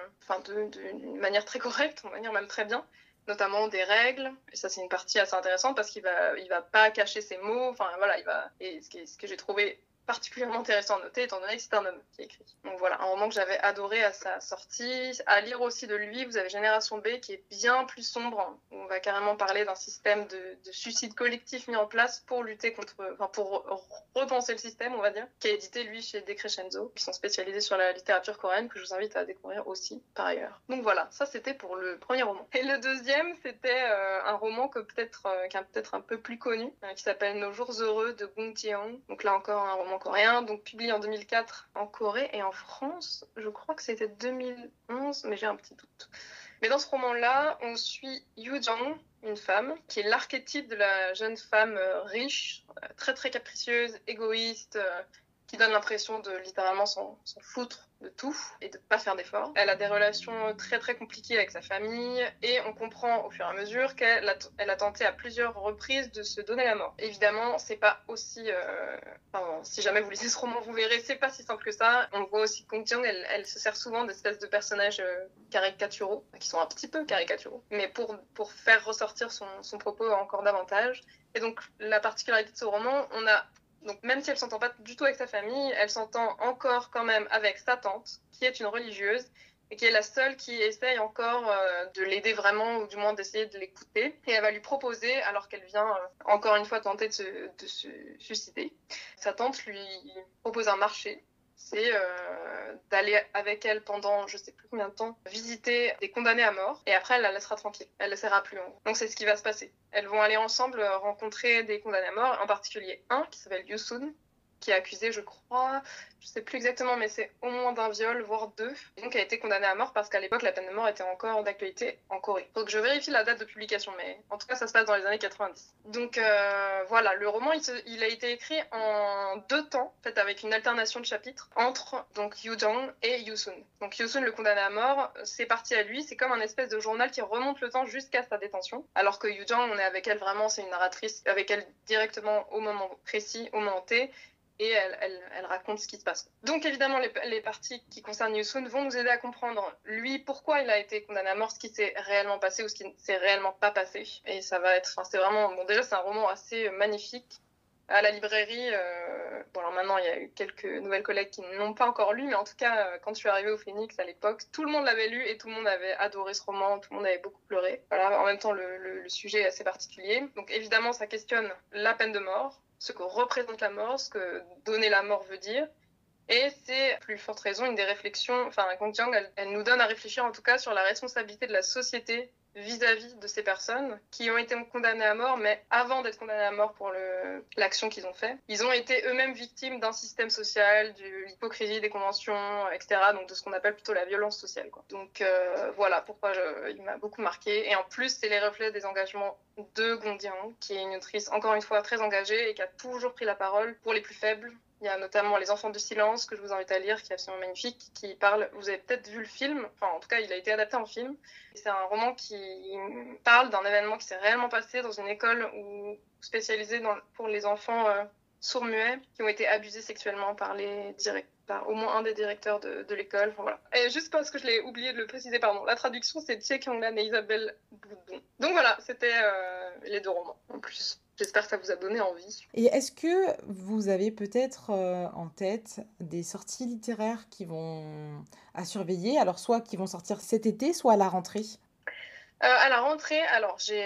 très correcte, on va dire même très bien, notamment des règles. Et ça, c'est une partie assez intéressante parce qu'il va pas cacher ses mots. Et ce que j'ai trouvé particulièrement intéressant à noter, étant donné que c'est un homme qui écrit. Donc voilà, un roman que j'avais adoré à sa sortie. À lire aussi de lui, vous avez Génération B, qui est bien plus sombre. On va carrément parler d'un système de suicide collectif mis en place pour lutter pour repenser le système, on va dire, qui est édité, lui, chez Decrescenzo, qui sont spécialisés sur la littérature coréenne, que je vous invite à découvrir aussi, par ailleurs. Donc voilà, ça c'était pour le premier roman. Et le deuxième, c'était un roman qui est peut-être un peu plus connu, qui s'appelle Nos jours heureux, de Gong Ji-young. Donc là encore, un roman coréen, donc publié en 2004 en Corée, et en France, je crois que c'était 2011, mais j'ai un petit doute. Mais dans ce roman-là, on suit Yoo Jung, une femme, qui est l'archétype de la jeune femme riche, très très capricieuse, égoïste, qui donne l'impression de littéralement s'en foutre de tout et de pas faire d'efforts. Elle a des relations très très compliquées avec sa famille, et on comprend au fur et à mesure qu'elle a tenté à plusieurs reprises de se donner la mort. Évidemment, c'est pas aussi... si jamais vous lisez ce roman, vous verrez, c'est pas si simple que ça. On voit aussi que Gong Ji-young, elle se sert souvent d'espèces de personnages caricaturaux, qui sont un petit peu caricaturaux, mais pour faire ressortir son propos encore davantage. Et donc, la particularité de ce roman, donc même si elle s'entend pas du tout avec sa famille, elle s'entend encore quand même avec sa tante, qui est une religieuse, et qui est la seule qui essaye encore de l'aider vraiment, ou du moins d'essayer de l'écouter. Et elle va lui proposer, alors qu'elle vient encore une fois tenter de se suicider, sa tante lui propose un marché, c'est d'aller avec elle pendant je sais plus combien de temps, visiter des condamnés à mort, et après elle la laissera tranquille, elle le laissera plus. Donc c'est ce qui va se passer. Elles vont aller ensemble rencontrer des condamnés à mort, en particulier un qui s'appelle Yusun, qui est accusé, je crois, je sais plus exactement, mais c'est au moins d'un viol, voire deux, et donc a été condamné à mort parce qu'à l'époque, la peine de mort était encore d'actualité en Corée. Donc je vérifie la date de publication, mais en tout cas, ça se passe dans les années 90. Donc voilà, le roman, il a été écrit en 2 temps, en fait, avec une alternation de chapitres entre donc Yoo-jong et Yoo-sun. Donc Yoo-sun, le condamné à mort, c'est parti à lui, c'est comme un espèce de journal qui remonte le temps jusqu'à sa détention, alors que Yoo-jong, on est avec elle vraiment, c'est une narratrice, avec elle directement au moment précis, au moment T, et elle raconte ce qui se passe. Donc évidemment, les parties qui concernent Yoo-sun vont nous aider à comprendre, lui, pourquoi il a été condamné à mort, ce qui s'est réellement passé ou ce qui ne s'est réellement pas passé. Et ça va être, c'est vraiment, bon déjà c'est un roman assez magnifique. À la librairie, bon alors maintenant il y a eu quelques nouvelles collègues qui ne l'ont pas encore lu, mais en tout cas quand je suis arrivée au Phénix à l'époque, tout le monde l'avait lu et tout le monde avait adoré ce roman, tout le monde avait beaucoup pleuré. Voilà, en même temps le sujet est assez particulier. Donc évidemment ça questionne la peine de mort, ce que représente la mort, ce que donner la mort veut dire. Et c'est, à plus forte raison, une des réflexions, enfin, Gong Jiang, elle nous donne à réfléchir en tout cas sur la responsabilité de la société vis-à-vis de ces personnes qui ont été condamnées à mort, mais avant d'être condamnées à mort pour l'action qu'ils ont fait, ils ont été eux-mêmes victimes d'un système social, de l'hypocrisie des conventions, etc. Donc de ce qu'on appelle plutôt la violence sociale, quoi. Donc voilà pourquoi il m'a beaucoup marqué. Et en plus, c'est les reflets des engagements de Gong Jiang, qui est une autrice encore une fois très engagée et qui a toujours pris la parole pour les plus faibles. Il y a notamment Les Enfants du Silence, que je vous invite à lire, qui est absolument magnifique, qui parle, vous avez peut-être vu le film, enfin en tout cas il a été adapté en film. C'est un roman qui parle d'un événement qui s'est réellement passé dans une école spécialisée pour les enfants sourds-muets qui ont été abusés sexuellement par par au moins un des directeurs de l'école. Enfin, voilà. Et juste parce que je l'ai oublié de le préciser, pardon, la traduction c'est Tse Kyung-lan et Isabelle Boudon. Donc voilà, c'était les 2 romans en plus. J'espère que ça vous a donné envie. Et est-ce que vous avez peut-être en tête des sorties littéraires qui vont à surveiller, alors soit qui vont sortir cet été, soit à la rentrée? À la rentrée, alors j'ai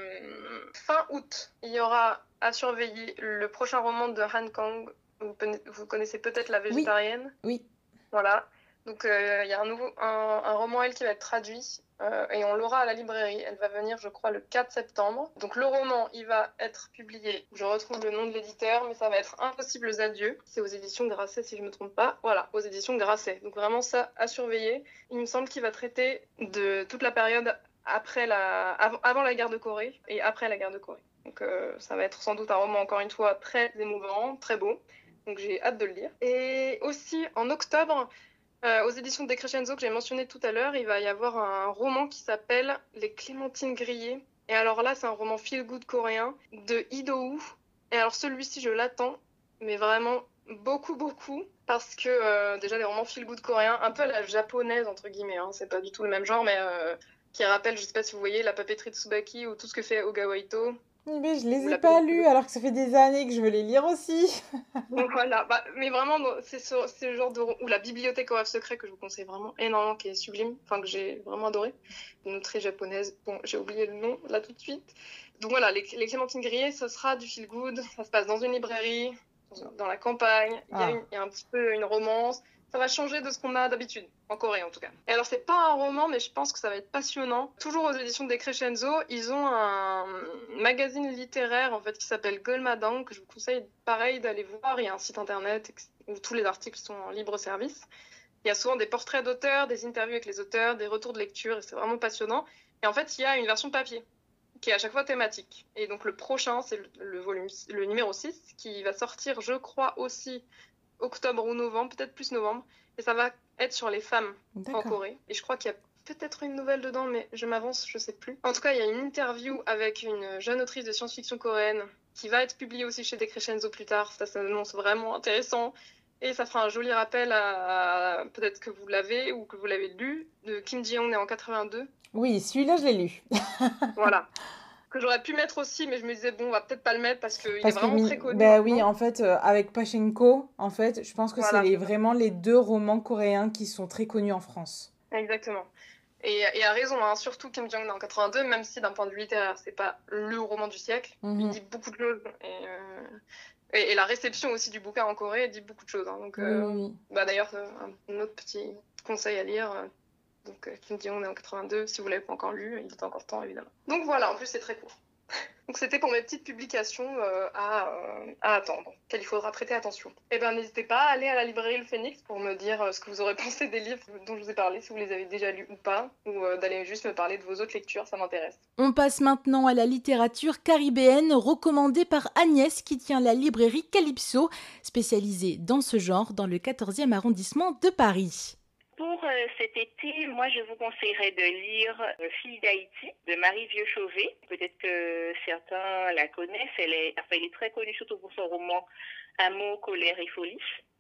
fin août, il y aura à surveiller le prochain roman de Han Kang. Vous connaissez peut-être La Végétarienne. Oui. Voilà. Donc il y a un roman elle qui va être traduit et on l'aura à la librairie. Elle va venir, je crois, le 4 septembre. Donc le roman, il va être publié. Je retrouve le nom de l'éditeur, mais ça va être Impossibles adieux. C'est aux éditions Grasset, si je me trompe pas. Voilà, aux éditions Grasset. Donc vraiment ça à surveiller. Il me semble qu'il va traiter de toute la période avant la guerre de Corée et après la guerre de Corée. Donc ça va être sans doute un roman, encore une fois, très émouvant, très beau. Donc j'ai hâte de le lire. Et aussi, en octobre, aux éditions de Decrescenzo, que j'ai mentionné tout à l'heure, il va y avoir un roman qui s'appelle Les Clémentines grillées. Et alors là, c'est un roman feel-good coréen de Lee Do-woo. Et alors celui-ci, je l'attends, mais vraiment beaucoup, parce que déjà, les romans feel-good coréens, un peu à la japonaise, entre guillemets, hein, c'est pas du tout le même genre, mais qui rappelle, je sais pas si vous voyez, la papeterie de Tsubaki ou tout ce que fait Ogawa Ito. Mais je les ai pas lus alors que ça fait des années que je veux les lire aussi. Donc voilà, mais vraiment c'est le genre de ou La Bibliothèque au rêve secret que je vous conseille vraiment énormément, qui est sublime, enfin que j'ai vraiment adoré. Une autrice japonaise, bon j'ai oublié le nom là tout de suite. Donc voilà, les Clémentines grillées, ça sera du feel good, ça se passe dans une librairie, dans la campagne, il y a un petit peu une romance. Ça va changer de ce qu'on a d'habitude, en Corée en tout cas. Et alors c'est pas un roman, mais je pense que ça va être passionnant. Toujours aux éditions de Decrescenzo, ils ont un magazine littéraire en fait qui s'appelle Gulmadang, que je vous conseille pareil d'aller voir. Il y a un site internet où tous les articles sont en libre service. Il y a souvent des portraits d'auteurs, des interviews avec les auteurs, des retours de lecture, et c'est vraiment passionnant. Et en fait, il y a une version papier qui est à chaque fois thématique. Et donc le prochain, c'est le numéro 6, qui va sortir, je crois, aussi octobre ou novembre, peut-être plus novembre, et ça va être sur les femmes en Corée. Et je crois qu'il y a peut-être une nouvelle dedans, mais je m'avance, je sais plus. En tout cas, il y a une interview avec une jeune autrice de science-fiction coréenne qui va être publiée aussi chez Decrescenzo plus tard. Ça s'annonce vraiment intéressant. Et ça fera un joli rappel à peut-être que vous l'avez ou que vous l'avez lu, de Kim Ji-young né en 82. Oui, celui-là, je l'ai lu. Voilà. Que j'aurais pu mettre aussi, mais je me disais, bon, on va peut-être pas le mettre parce qu'il est vraiment très connu. Ben oui, en fait, avec Pachenko, en fait, je pense que c'est vraiment les 2 romans coréens qui sont très connus en France. Exactement. Et a raison, hein, surtout Kim Jong-un en 82, même si d'un point de vue littéraire, c'est pas le roman du siècle, il dit beaucoup de choses. Et la réception aussi du bouquin en Corée dit beaucoup de choses. Hein. Donc, Oui. d'ailleurs, un autre petit conseil à lire. Qui me dit on est en 82, si vous l'avez pas encore lu, il est encore temps évidemment. Donc voilà, en plus c'est très court. Donc c'était pour mes petites publications à attendre, auxquelles il faudra prêter attention. Et ben n'hésitez pas à aller à la librairie Le Phénix pour me dire ce que vous aurez pensé des livres dont je vous ai parlé, si vous les avez déjà lus ou pas, ou d'aller juste me parler de vos autres lectures, ça m'intéresse. On passe maintenant à la littérature caribéenne recommandée par Agnès qui tient la librairie Calypso, spécialisée dans ce genre dans le 14e arrondissement de Paris. Pour cet été, moi je vous conseillerais de lire Fille d'Haïti de Marie Vieux-Chauvet. Peut-être que certains la connaissent. Elle est très connue surtout pour son roman Amour, colère et folie.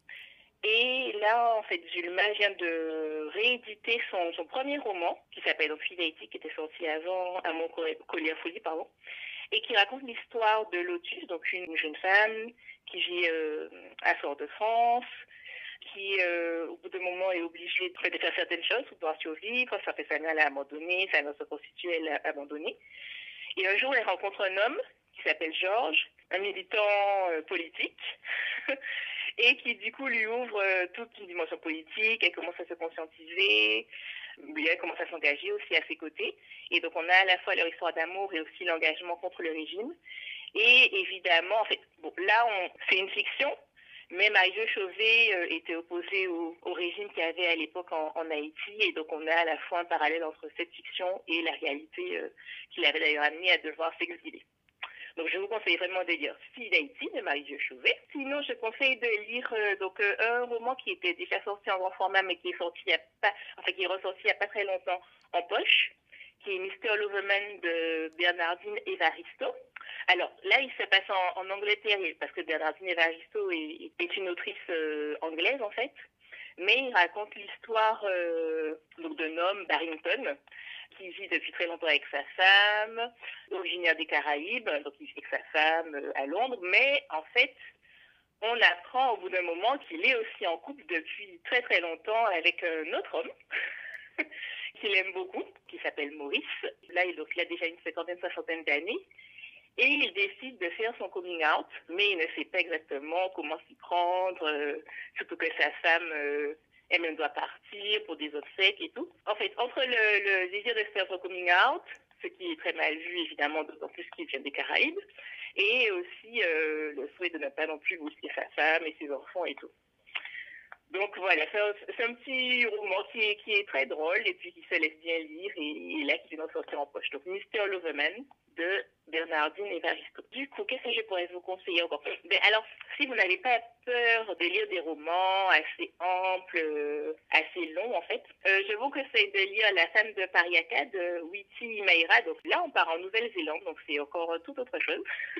Et là, en fait, Zulma vient de rééditer son premier roman, qui s'appelle donc Fille d'Haïti, qui était sorti avant Amour, colère, folie, pardon, et qui raconte l'histoire de Lotus, donc une jeune femme qui vit à Fort-de-France, qui, au bout d'un moment, est obligée de faire certaines choses pour pouvoir survivre. Sa famille, elle a abandonné, sa mère se prostituée, elle a abandonné. Et un jour, elle rencontre un homme qui s'appelle Georges, un militant politique, et qui, du coup, lui ouvre toute une dimension politique. Elle commence à se conscientiser, elle commence à s'engager aussi à ses côtés. Et donc, on a à la fois leur histoire d'amour et aussi l'engagement contre le régime. Et évidemment, en fait, bon, là, c'est une fiction, mais Marie Vieux-Chauvet était opposée au régime qu'il y avait à l'époque en Haïti. Et donc, on a à la fois un parallèle entre cette fiction et la réalité qui l'avait d'ailleurs amené à devoir s'exiler. Donc, je vous conseille vraiment de lire Fille d'Haïti de Marie Vieux-Chauvet. Sinon, je conseille de lire un roman qui était déjà sorti en grand format, mais qui est ressorti il n'y a pas très longtemps en poche, qui est Mr. Loverman de Bernardine Evaristo. Alors là, il se passe en Angleterre, parce que Bernardine Evaristo est une autrice anglaise en fait, mais il raconte l'histoire d'un homme, Barrington, qui vit depuis très longtemps avec sa femme, originaire des Caraïbes, donc il vit avec sa femme à Londres, mais en fait, on apprend au bout d'un moment qu'il est aussi en couple depuis très très longtemps avec un autre homme qu'il aime beaucoup, qui s'appelle Maurice. Là, il a déjà une soixantaine d'années. Et il décide de faire son coming out, mais il ne sait pas exactement comment s'y prendre, surtout que sa femme, elle-même doit partir pour des obsèques et tout. En fait, entre le désir de faire son coming out, ce qui est très mal vu évidemment, d'autant plus qu'il vient des Caraïbes, et aussi le souhait de ne pas non plus brusquer sa femme et ses enfants et tout. Donc voilà, c'est un petit roman qui est très drôle et puis qui se laisse bien lire et là qui vient d'en sortir en poche. Donc Mr. Loverman de Bernardine Evaristo. Du coup, qu'est-ce que je pourrais vous conseiller encore ? Alors, si vous n'avez pas peur de lire des romans assez amples, assez longs en fait, je vous conseille de lire La femme de Pariaka de Witi Imaira. Donc là, on part en Nouvelle-Zélande, donc c'est encore tout autre chose.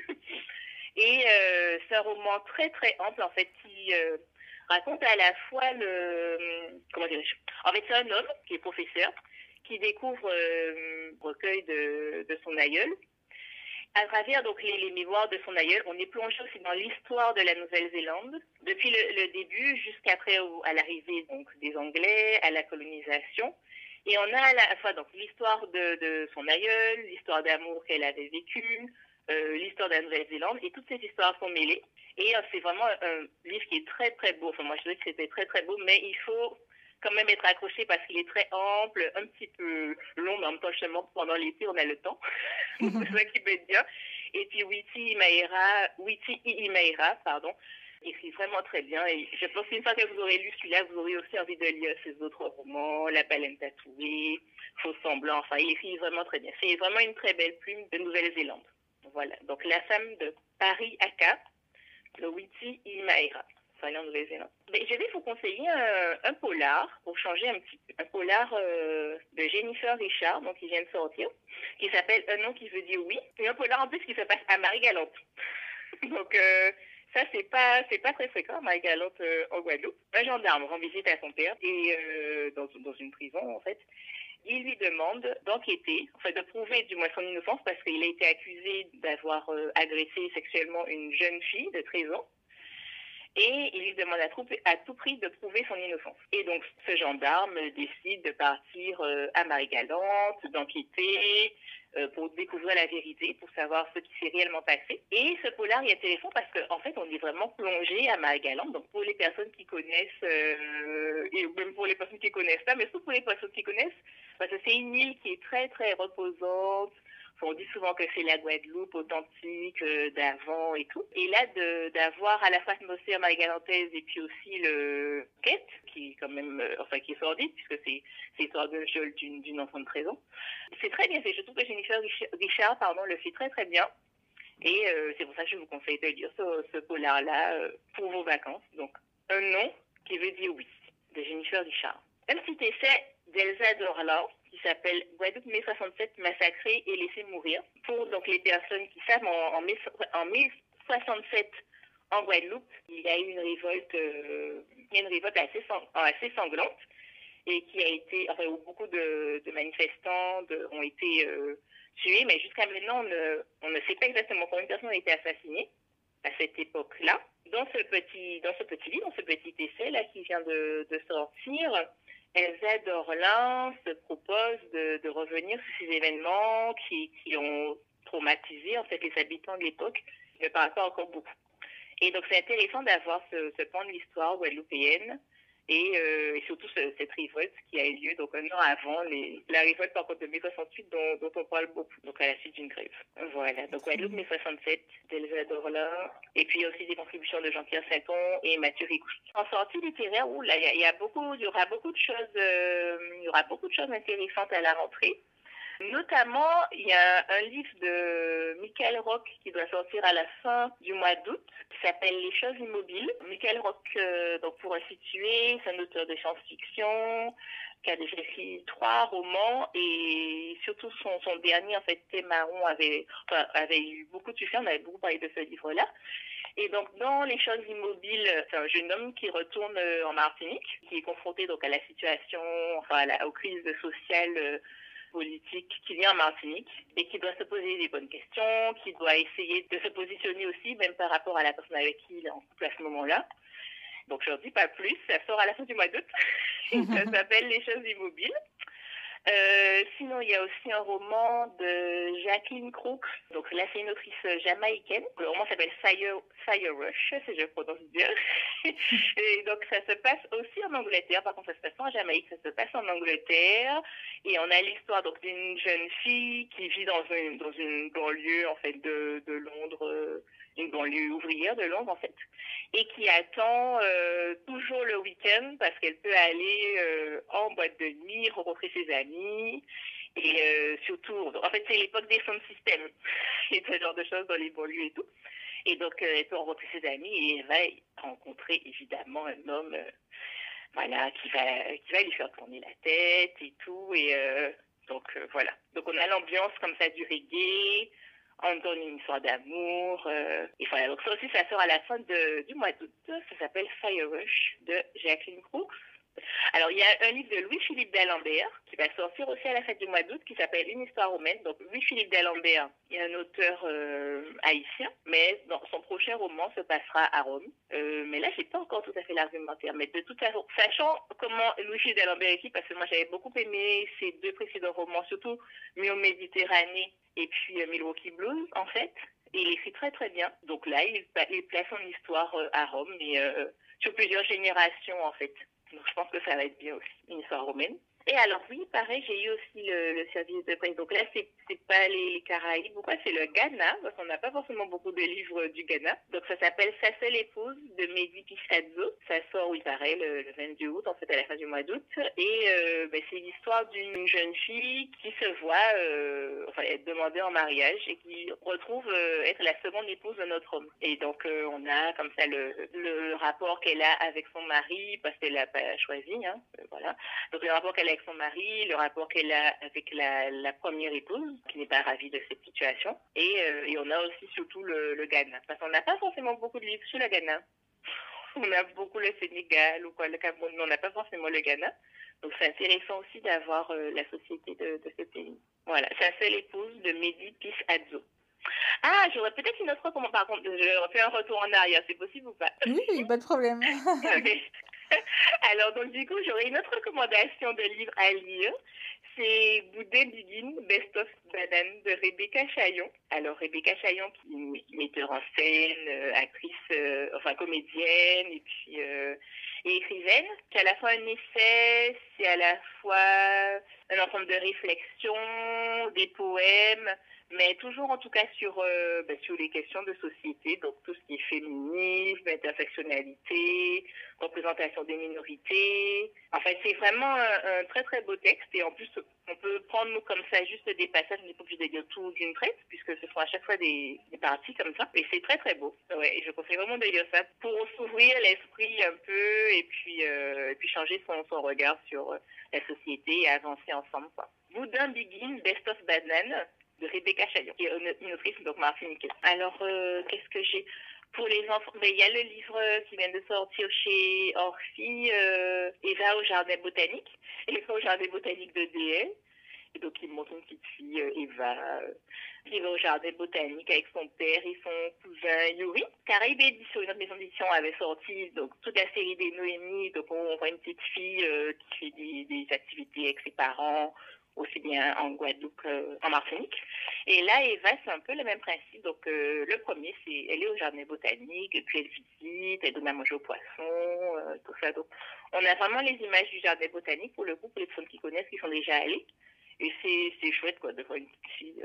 Et c'est un roman très très ample en fait qui raconte à la fois comment dirais-je ? En fait, c'est un homme qui est professeur qui découvre le recueil de son aïeul. À travers donc les mémoires de son aïeul, on est plongé aussi dans l'histoire de la Nouvelle-Zélande, depuis le début jusqu'après à l'arrivée donc des Anglais, à la colonisation. Et on a à la fois donc l'histoire de son aïeul, l'histoire d'amour qu'elle avait vécue, l'histoire de la Nouvelle-Zélande, et toutes ces histoires sont mêlées. Et c'est vraiment un livre qui est très très beau. Enfin, moi je dirais que c'était très très beau, mais il faut quand même être accroché parce qu'il est très ample, un petit peu long, mais en même temps justement pendant l'été on a le temps. C'est ça qui peut être bien. Et puis Witi Imaira, écrit vraiment très bien. Et je pense qu'une fois que vous aurez lu celui-là, vous aurez aussi envie de lire ses autres romans, La baleine tatouée, Faux semblant. Enfin, il écrit vraiment très bien. C'est vraiment une très belle plume de Nouvelle-Zélande. Voilà. Donc La femme de Pariaka de Witi Imaira. En Nouvelle-Zélande. Mais je vais vous conseiller un polar pour changer un petit peu. Un polar de Jennifer Richard, donc qui vient de sortir, qui s'appelle Un nom qui veut dire oui. Et un polar en plus qui se passe à Marie-Galante. Donc ça c'est pas très fréquent, Marie-Galante en Guadeloupe. Un gendarme rend visite à son père et dans une prison en fait. Il lui demande d'enquêter, enfin de prouver du moins son innocence parce qu'il a été accusé d'avoir agressé sexuellement une jeune fille de 13 ans. Et il lui demande à tout prix de prouver son innocence. Et donc, ce gendarme décide de partir à Marie-Galante, d'enquêter, pour découvrir la vérité, pour savoir ce qui s'est réellement passé. Et ce polar est intéressant parce qu'en fait, on est vraiment plongé à Marie-Galante. Donc, pour les personnes qui connaissent, et même pour les personnes qui connaissent pas, mais surtout pour les personnes qui connaissent, parce que c'est une île qui est très, très reposante. On dit souvent que c'est la Guadeloupe authentique d'avant et tout. Et là, d'avoir à la fois l'atmosphère marie-galantaise et puis aussi le quête, qui est quand même, qui est sordide, puisque c'est l'histoire de viol d'une enfant de 13 ans. C'est très bien fait. Je trouve que Jennifer Richard, le fait très très bien. Et c'est pour ça que je vous conseille de lire ce polar-là pour vos vacances. Donc, un nom qui veut dire oui, de Jennifer Richard. Un petit essai d'Elsa Dorland, qui s'appelle Guadeloupe mai 67 massacrée et laissée mourir. Pour donc les personnes qui savent, en mai 67 en Guadeloupe, il y a eu une révolte, assez sanglante et qui a été, où beaucoup de manifestants ont été tués, mais jusqu'à maintenant on ne sait pas exactement combien de personnes ont été assassinées à cette époque-là. Dans ce petit livre, dans ce petit essai là qui vient de sortir, Elsa Dorland se propose de revenir sur ces événements qui ont traumatisé en fait les habitants de l'époque, mais pas encore beaucoup. Et donc c'est intéressant d'avoir ce pan de l'histoire guadeloupéenne et surtout cette révolte qui a eu lieu donc un an avant la révolte par contre de mai 68 dont on parle beaucoup, donc à la suite d'une grève. Voilà, donc Guadeloupe mai 67 d'Elsa Dorland, et puis aussi des contributions de Jean-Pierre Sainton et Mathieu Rigouche. En sortie littéraire, il y aura beaucoup de choses intéressantes à la rentrée. Notamment, il y a un livre de Michael Rock qui doit sortir à la fin du mois d'août, qui s'appelle Les choses immobiles. Michael Rock, donc pour situer, c'est un auteur de science-fiction qui a déjà écrit 3 romans et surtout son dernier, en fait, Thé Marron, avait eu beaucoup de succès. On avait beaucoup parlé de ce livre-là. Et donc, dans Les choses immobiles, c'est un jeune homme qui retourne en Martinique, qui est confronté donc à la situation, aux crises sociales, politique qui vient en Martinique et qui doit se poser des bonnes questions, qui doit essayer de se positionner aussi, même par rapport à la personne avec qui il est en couple à ce moment-là. Donc, je n'en dis pas plus, ça sort à la fin du mois d'août. Ça s'appelle Les choses immobiles. Sinon, il y a aussi un roman de Jacqueline Crooks. Donc là, c'est une autrice jamaïcaine. Le roman s'appelle Fire Rush, si je prononce bien. Et donc, ça se passe aussi en Angleterre. Par contre, ça se passe pas en Jamaïque, ça se passe en Angleterre. Et on a l'histoire donc d'une jeune fille qui vit dans une banlieue, en fait, de Londres, une banlieue ouvrière de Londres, en fait, et qui attend toujours le week-end parce qu'elle peut aller en boîte de nuit, rencontrer ses amis, et surtout, en fait, c'est l'époque des sound systems et ce genre de choses dans les banlieues et tout. Et donc, elle peut rencontrer ses amis et elle va rencontrer évidemment un homme qui va lui faire tourner la tête et tout. Et donc, voilà. Donc, on a l'ambiance comme ça du reggae. On donne une histoire d'amour. Et voilà, donc ça aussi, ça sort à la fin du mois d'août. Ça s'appelle Fire Rush de Jacqueline Crooks. Alors, il y a un livre de Louis-Philippe d'Alembert qui va sortir aussi à la fin du mois d'août qui s'appelle Une histoire romaine. Donc, Louis-Philippe d'Alembert est un auteur haïtien, mais dans son prochain roman se passera à Rome. Mais là, je n'ai pas encore tout à fait l'argumentaire. Mais de toute façon, sachant comment Louis-Philippe d'Alembert écrit, parce que moi, j'avais beaucoup aimé ses 2 précédents romans, surtout Méditerranée et puis Milwaukee Blues, en fait. Et il écrit très, très bien. Donc là, il place son histoire à Rome, mais sur plusieurs générations, en fait. Donc, je pense que ça va être bien aussi, une histoire romaine. Et alors, oui, pareil, j'ai eu aussi le service de presse. Donc là, c'est pas les Caraïbes. Pourquoi? C'est le Ghana, parce qu'on n'a pas forcément beaucoup de livres du Ghana. Donc, ça s'appelle Sa seule épouse de Mehdi Pissadzo. Ça sort, oui, pareil, le 22 août, en fait, à la fin du mois d'août. Et c'est l'histoire d'une jeune fille qui se voit être demandée en mariage et qui retrouve être la seconde épouse de notre homme. Et donc, on a comme ça le rapport qu'elle a avec son mari, parce qu'elle l'a pas choisi, hein, voilà. Donc, le rapport qu'elle a avec son mari, le rapport qu'elle a avec la première épouse, qui n'est pas ravie de cette situation. Et on a aussi surtout le Ghana. Parce qu'on n'a pas forcément beaucoup de livres sur le Ghana. On a beaucoup le Sénégal ou le Cameroun, mais on n'a pas forcément le Ghana. Donc c'est intéressant aussi d'avoir la société de ce pays. Voilà, Sa seule épouse de Mehdi Pissadzo. Ah, j'aurais peut-être une autre recommandation. Par contre, je refais un retour en arrière, c'est possible ou pas? Oui, pas de problème. Okay. Alors, donc, du coup, j'aurais une autre recommandation de livre à lire. c'est Boudin Begin, Best of Banane de Rebecca Chaillon. Alors Rebecca Chaillon, qui est metteur en scène, actrice, comédienne et écrivaine. C'est à la fois un essai, c'est à la fois un ensemble de réflexions, des poèmes, mais toujours en tout cas sur les questions de société, donc tout ce qui est féminisme, intersectionnalité, représentation des minorités. Enfin, c'est vraiment un très très beau texte, et en plus on peut prendre comme ça juste des passages, on n'est pas obligé de lire tout d'une traite, puisque ce sont à chaque fois des parties comme ça, et c'est très très beau. Ouais, et je conseille vraiment de lire ça pour s'ouvrir l'esprit un peu, et puis changer son regard sur la société et avancer ensemble, quoi. Boudin Begin, Best of Banane de Rebecca Chaillon, qui est une autrice donc martiniquaise. Alors, qu'est-ce que j'ai pour les enfants? Il y a le livre qui vient de sortir chez Orphy, Eva au jardin botanique. Eva au jardin botanique de DL. Et donc, il montre une petite fille, Eva, qui va au jardin botanique avec son père et son cousin Yuri. Caraïbes Édition, une autre maison d'édition, avait sorti donc toute la série des Noémies. Donc, on voit une petite fille qui fait des activités avec ses parents, aussi bien en Guadeloupe qu'en Martinique. Et là, Eva, c'est un peu le même principe. Donc, le premier, elle est au jardin botanique, et puis elle visite, elle donne à manger aux poissons, tout ça. Donc, on a vraiment les images du jardin botanique, pour le coup, pour les personnes qui connaissent, qui sont déjà allées. Et c'est chouette, quoi, de voir une petite fille.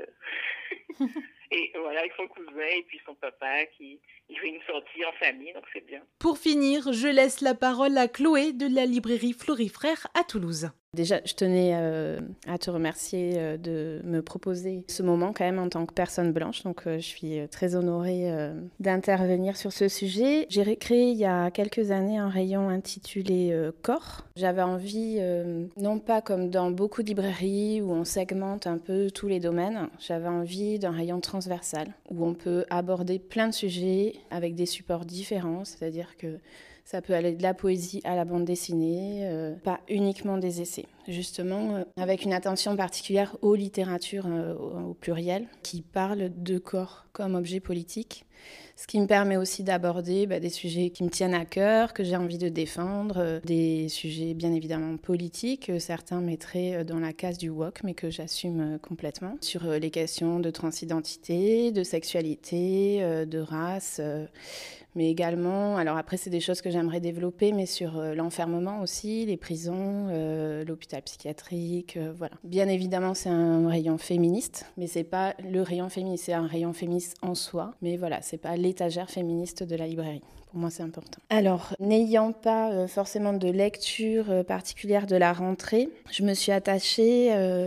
Et voilà, avec son cousin et puis son papa qui fait une sortie en famille, donc c'est bien. Pour finir, je laisse la parole à Chloé de la librairie Florifrère à Toulouse. Déjà, je tenais à te remercier de me proposer ce moment quand même en tant que personne blanche. Donc, je suis très honorée d'intervenir sur ce sujet. J'ai créé il y a quelques années un rayon intitulé Corps. J'avais envie, non pas comme dans beaucoup de librairies où on segmente un peu tous les domaines, j'avais envie d'un rayon transversal où on peut aborder plein de sujets avec des supports différents, c'est-à-dire que ça peut aller de la poésie à la bande dessinée, pas uniquement des essais. Justement, avec une attention particulière aux littératures au pluriel, qui parlent de corps comme objet politique. Ce qui me permet aussi d'aborder des sujets qui me tiennent à cœur, que j'ai envie de défendre, des sujets bien évidemment politiques, que certains mettraient dans la case du woke, mais que j'assume complètement, sur les questions de transidentité, de sexualité, de race, mais également, alors après c'est des choses que j'aimerais développer, mais sur l'enfermement aussi, les prisons, l'hôpital psychiatrique, voilà. Bien évidemment c'est un rayon féministe, mais c'est pas le rayon féministe, c'est un rayon féministe en soi, mais voilà, c'est pas l'étagère féministe de la librairie. Pour moi, c'est important. Alors, n'ayant pas forcément de lecture particulière de la rentrée, je me suis attachée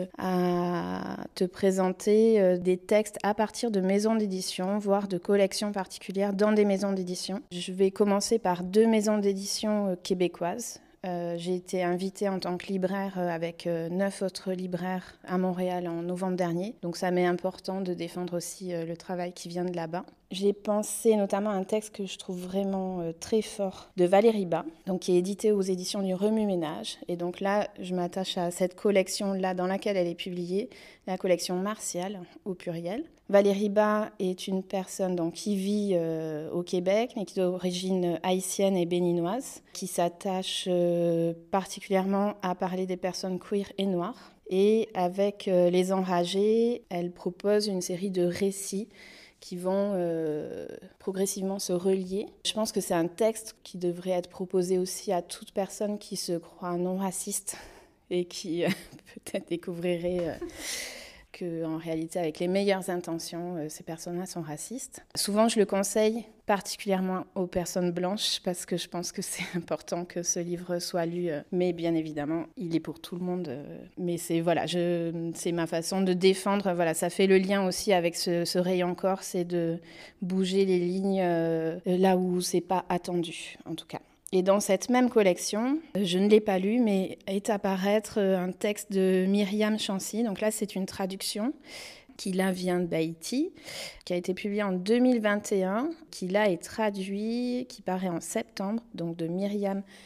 à te présenter des textes à partir de maisons d'édition, voire de collections particulières dans des maisons d'édition. Je vais commencer par 2 maisons d'édition québécoises. J'ai été invitée en tant que libraire avec 9 autres libraires à Montréal en novembre dernier. Donc ça m'est important de défendre aussi le travail qui vient de là-bas. J'ai pensé notamment à un texte que je trouve vraiment très fort de Valérie Bas, donc qui est édité aux éditions du Remue-Ménage. Et donc là, je m'attache à cette collection-là dans laquelle elle est publiée, la collection Martial au pluriel. Valérie Bas est une personne donc, qui vit au Québec, mais qui est d'origine haïtienne et béninoise, qui s'attache particulièrement à parler des personnes queer et noires. Et avec Les Enragés, elle propose une série de récits qui vont progressivement se relier. Je pense que c'est un texte qui devrait être proposé aussi à toute personne qui se croit non raciste et qui peut-être découvrirait qu'en réalité, avec les meilleures intentions, ces personnes-là sont racistes. Souvent, je le conseille particulièrement aux personnes blanches parce que je pense que c'est important que ce livre soit lu. Mais bien évidemment, il est pour tout le monde. Mais c'est ma façon de défendre. Voilà, ça fait le lien aussi avec ce rayon corps, c'est de bouger les lignes là où c'est pas attendu, en tout cas. Et dans cette même collection, je ne l'ai pas lu, mais est à paraître un texte de Myriam Chancy. Donc là, c'est une traduction qui là vient d'Haïti, qui a été publiée en 2021, qui là est traduit, qui paraît en septembre, donc de Myriam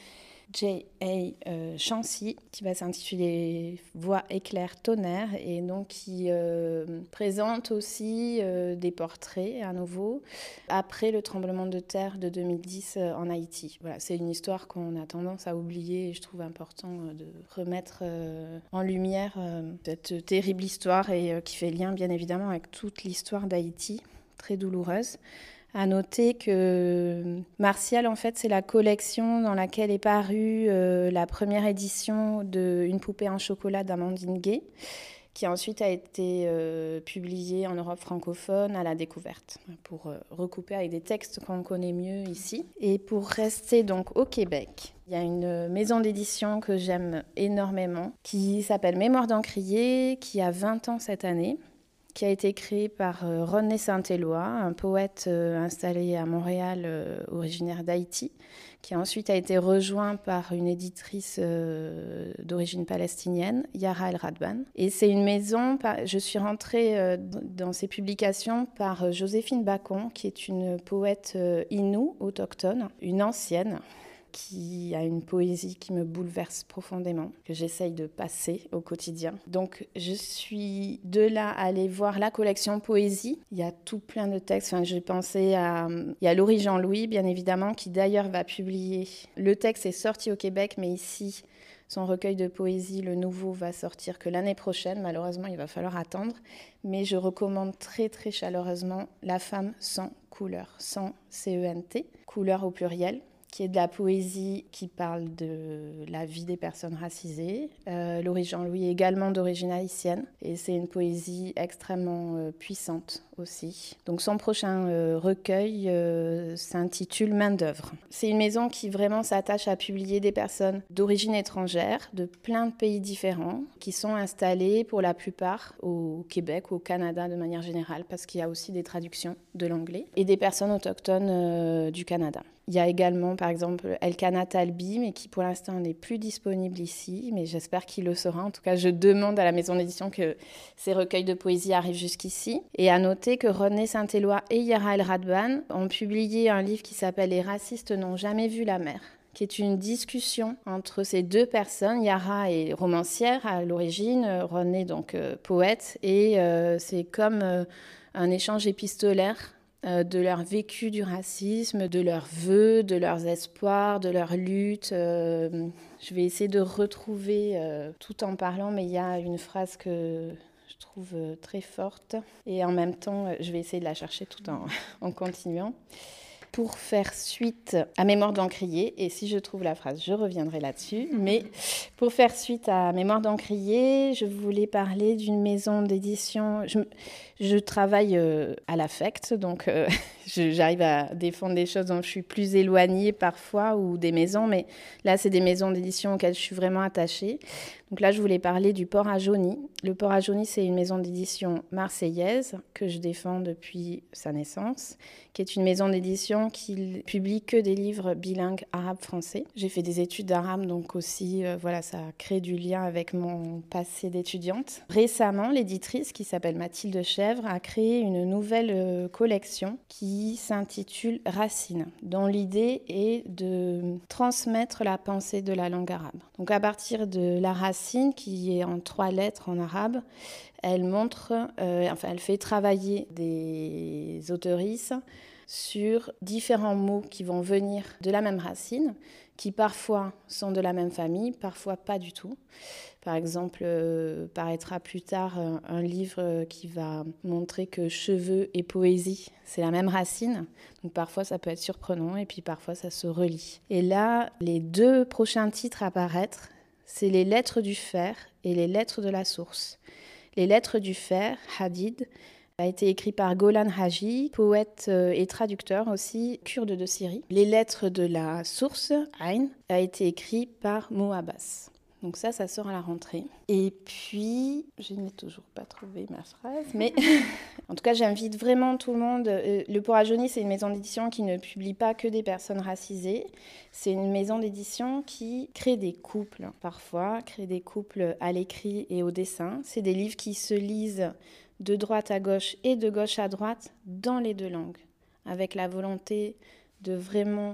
J.A. Chancy, qui va s'intituler Voix éclair tonnerre, et donc qui présente aussi des portraits à nouveau après le tremblement de terre de 2010 en Haïti. Voilà, c'est une histoire qu'on a tendance à oublier et je trouve important de remettre en lumière cette terrible histoire et qui fait lien bien évidemment avec toute l'histoire d'Haïti, très douloureuse. À noter que Martial, en fait, c'est la collection dans laquelle est parue la première édition de Une poupée en chocolat d'Amandine Gay, qui ensuite a été publiée en Europe francophone à la découverte, pour recouper avec des textes qu'on connaît mieux ici. Et pour rester donc au Québec, il y a une maison d'édition que j'aime énormément, qui s'appelle Mémoire d'Encrier, qui a 20 ans cette année, qui a été créé par René Saint-Éloi, un poète installé à Montréal, originaire d'Haïti, qui ensuite a été rejoint par une éditrice d'origine palestinienne, Yara El-Radban. Et c'est une maison, je suis rentrée dans ses publications par Joséphine Bacon, qui est une poète inoue, autochtone, une ancienne, qui a une poésie qui me bouleverse profondément, que j'essaye de passer au quotidien. Donc je suis de là à aller voir la collection Poésie. Il y a tout plein de textes. Enfin, j'ai pensé à... Il y a Laurie Jean-Louis, bien évidemment, qui d'ailleurs va publier... Le texte est sorti au Québec, mais ici, son recueil de poésie, le nouveau, va sortir que l'année prochaine. Malheureusement, il va falloir attendre. Mais je recommande très, très chaleureusement La femme sans couleur, sans C-E-N-T, couleur au pluriel, qui est de la poésie qui parle de la vie des personnes racisées. Laurie Jean-Louis est également d'origine haïtienne et c'est une poésie extrêmement puissante aussi. Donc son prochain recueil s'intitule Main d'œuvre. C'est une maison qui vraiment s'attache à publier des personnes d'origine étrangère, de plein de pays différents, qui sont installées pour la plupart au Québec, au Canada de manière générale, parce qu'il y a aussi des traductions de l'anglais, et des personnes autochtones du Canada. Il y a également, par exemple, Elkana Talbi, mais qui pour l'instant n'est plus disponible ici, mais j'espère qu'il le sera. En tout cas, je demande à la maison d'édition que ces recueils de poésie arrivent jusqu'ici. Et à noter que René Saint-Éloi et Yara El-Radban ont publié un livre qui s'appelle « Les racistes n'ont jamais vu la mer », qui est une discussion entre ces deux personnes. Yara est romancière à l'origine, René donc poète, et c'est comme un échange épistolaire de leur vécu du racisme, de leurs vœux, de leurs espoirs, de leurs luttes. Je vais essayer de retrouver tout en parlant, mais il y a une phrase que je trouve très forte. Et en même temps, je vais essayer de la chercher tout en continuant. Pour faire suite à Mémoire d'Encrier, et si je trouve la phrase, je reviendrai là-dessus, mais pour faire suite à Mémoire d'Encrier, je voulais parler d'une maison d'édition. Je travaille à l'affect, donc j'arrive à défendre des choses dont je suis plus éloignée parfois, ou des maisons, mais là, c'est des maisons d'édition auxquelles je suis vraiment attachée. Donc là, je voulais parler du Port à Jauny. Le Port à Jauny, c'est une maison d'édition marseillaise que je défends depuis sa naissance, qui est une maison d'édition qui publie que des livres bilingues arabe-français. J'ai fait des études d'arabe, donc aussi, voilà, ça crée du lien avec mon passé d'étudiante. Récemment, l'éditrice, qui s'appelle Mathilde Chèvre, a créé une nouvelle collection qui s'intitule Racines, dont l'idée est de transmettre la pensée de la langue arabe. Donc à partir de la racine, qui est en 3 lettres en arabe, elle montre, elle fait travailler des auteurisses sur différents mots qui vont venir de la même racine, qui parfois sont de la même famille, parfois pas du tout. Par exemple, paraîtra plus tard un livre qui va montrer que cheveux et poésie, c'est la même racine. Donc parfois, ça peut être surprenant et puis parfois, ça se relie. Et là, les 2 prochains titres à paraître, c'est les lettres du fer et les lettres de la source. Les lettres du fer, Hadid, a été écrit par Golan Haji, poète et traducteur aussi, kurde de Syrie. Les lettres de la source, Ain, a été écrit par Mo Abbas. Donc ça sort à la rentrée. Et puis, je n'ai toujours pas trouvé ma phrase, mais en tout cas, j'invite vraiment tout le monde. Le Port à Jauny, c'est une maison d'édition qui ne publie pas que des personnes racisées. C'est une maison d'édition qui crée des couples, parfois, crée des couples à l'écrit et au dessin. C'est des livres qui se lisent de droite à gauche et de gauche à droite dans les 2 langues, avec la volonté de vraiment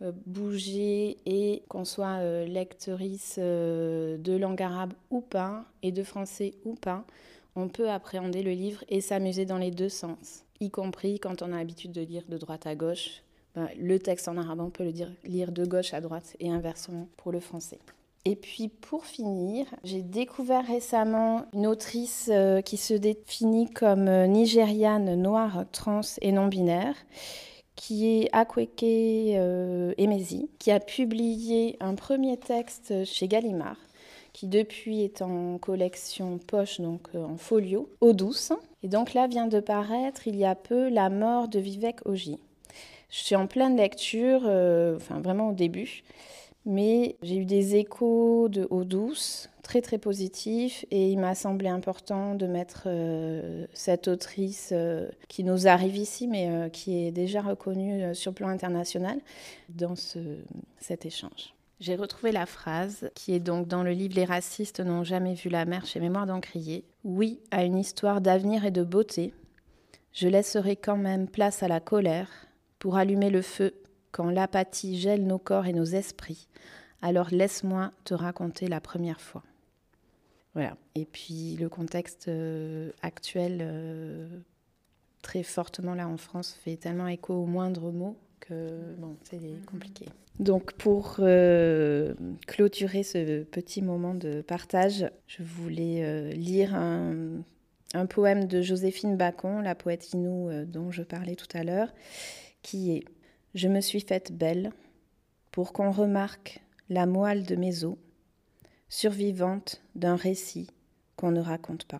bouger et qu'on soit lectrice de langue arabe ou pas, et de français ou pas, on peut appréhender le livre et s'amuser dans les deux sens, y compris quand on a l'habitude de lire de droite à gauche. Le texte en arabe, on peut le lire de gauche à droite et inversement pour le français. Et puis pour finir, j'ai découvert récemment une autrice qui se définit comme nigériane, noire, trans et non-binaire, qui est Akweke Emezi, qui a publié un premier texte chez Gallimard, qui depuis est en collection poche, donc en folio, Eau douce. Et donc là vient de paraître il y a peu La mort de Vivek Oji. Je suis en pleine lecture, vraiment au début, mais j'ai eu des échos de Eau douce, très très positifs, et il m'a semblé important de mettre cette autrice qui nous arrive ici, mais qui est déjà reconnue sur le plan international, dans cet échange. J'ai retrouvé la phrase, qui est donc dans le livre « Les racistes n'ont jamais vu la mer » chez Mémoire d'Encrier. « Oui, à une histoire d'avenir et de beauté, je laisserai quand même place à la colère pour allumer le feu quand l'apathie gèle nos corps et nos esprits. Alors laisse-moi te raconter la première fois. » Voilà. Et puis le contexte actuel, très fortement là en France, fait tellement écho au moindre mot que c'est compliqué. Donc pour clôturer ce petit moment de partage, je voulais lire un poème de Joséphine Bacon, la poète inoue dont je parlais tout à l'heure, qui est « Je me suis faite belle pour qu'on remarque la moelle de mes os, survivante d'un récit qu'on ne raconte pas. »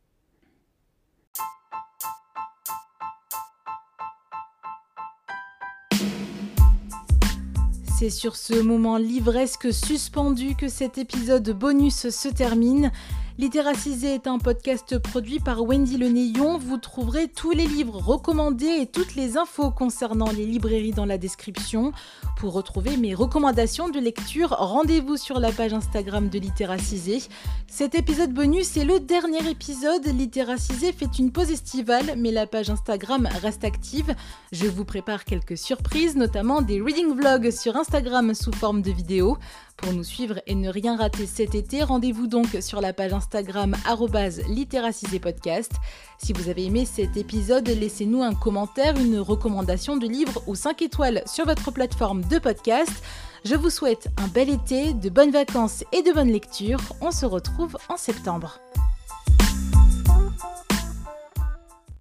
C'est sur ce moment livresque suspendu que cet épisode bonus se termine. Littéracisé est un podcast produit par Wendy Le Néillon. Vous trouverez tous les livres recommandés et toutes les infos concernant les librairies dans la description. Pour retrouver mes recommandations de lecture, rendez-vous sur la page Instagram de Littéracisé. Cet épisode bonus est le dernier épisode. Littéracisé fait une pause estivale, mais la page Instagram reste active. Je vous prépare quelques surprises, notamment des reading vlogs sur Instagram sous forme de vidéos. Pour nous suivre et ne rien rater cet été, rendez-vous donc sur la page Instagram @littéracisépodcast. Si vous avez aimé cet épisode, laissez-nous un commentaire, une recommandation de livre ou 5 étoiles sur votre plateforme de podcast. Je vous souhaite un bel été, de bonnes vacances et de bonnes lectures. On se retrouve en septembre.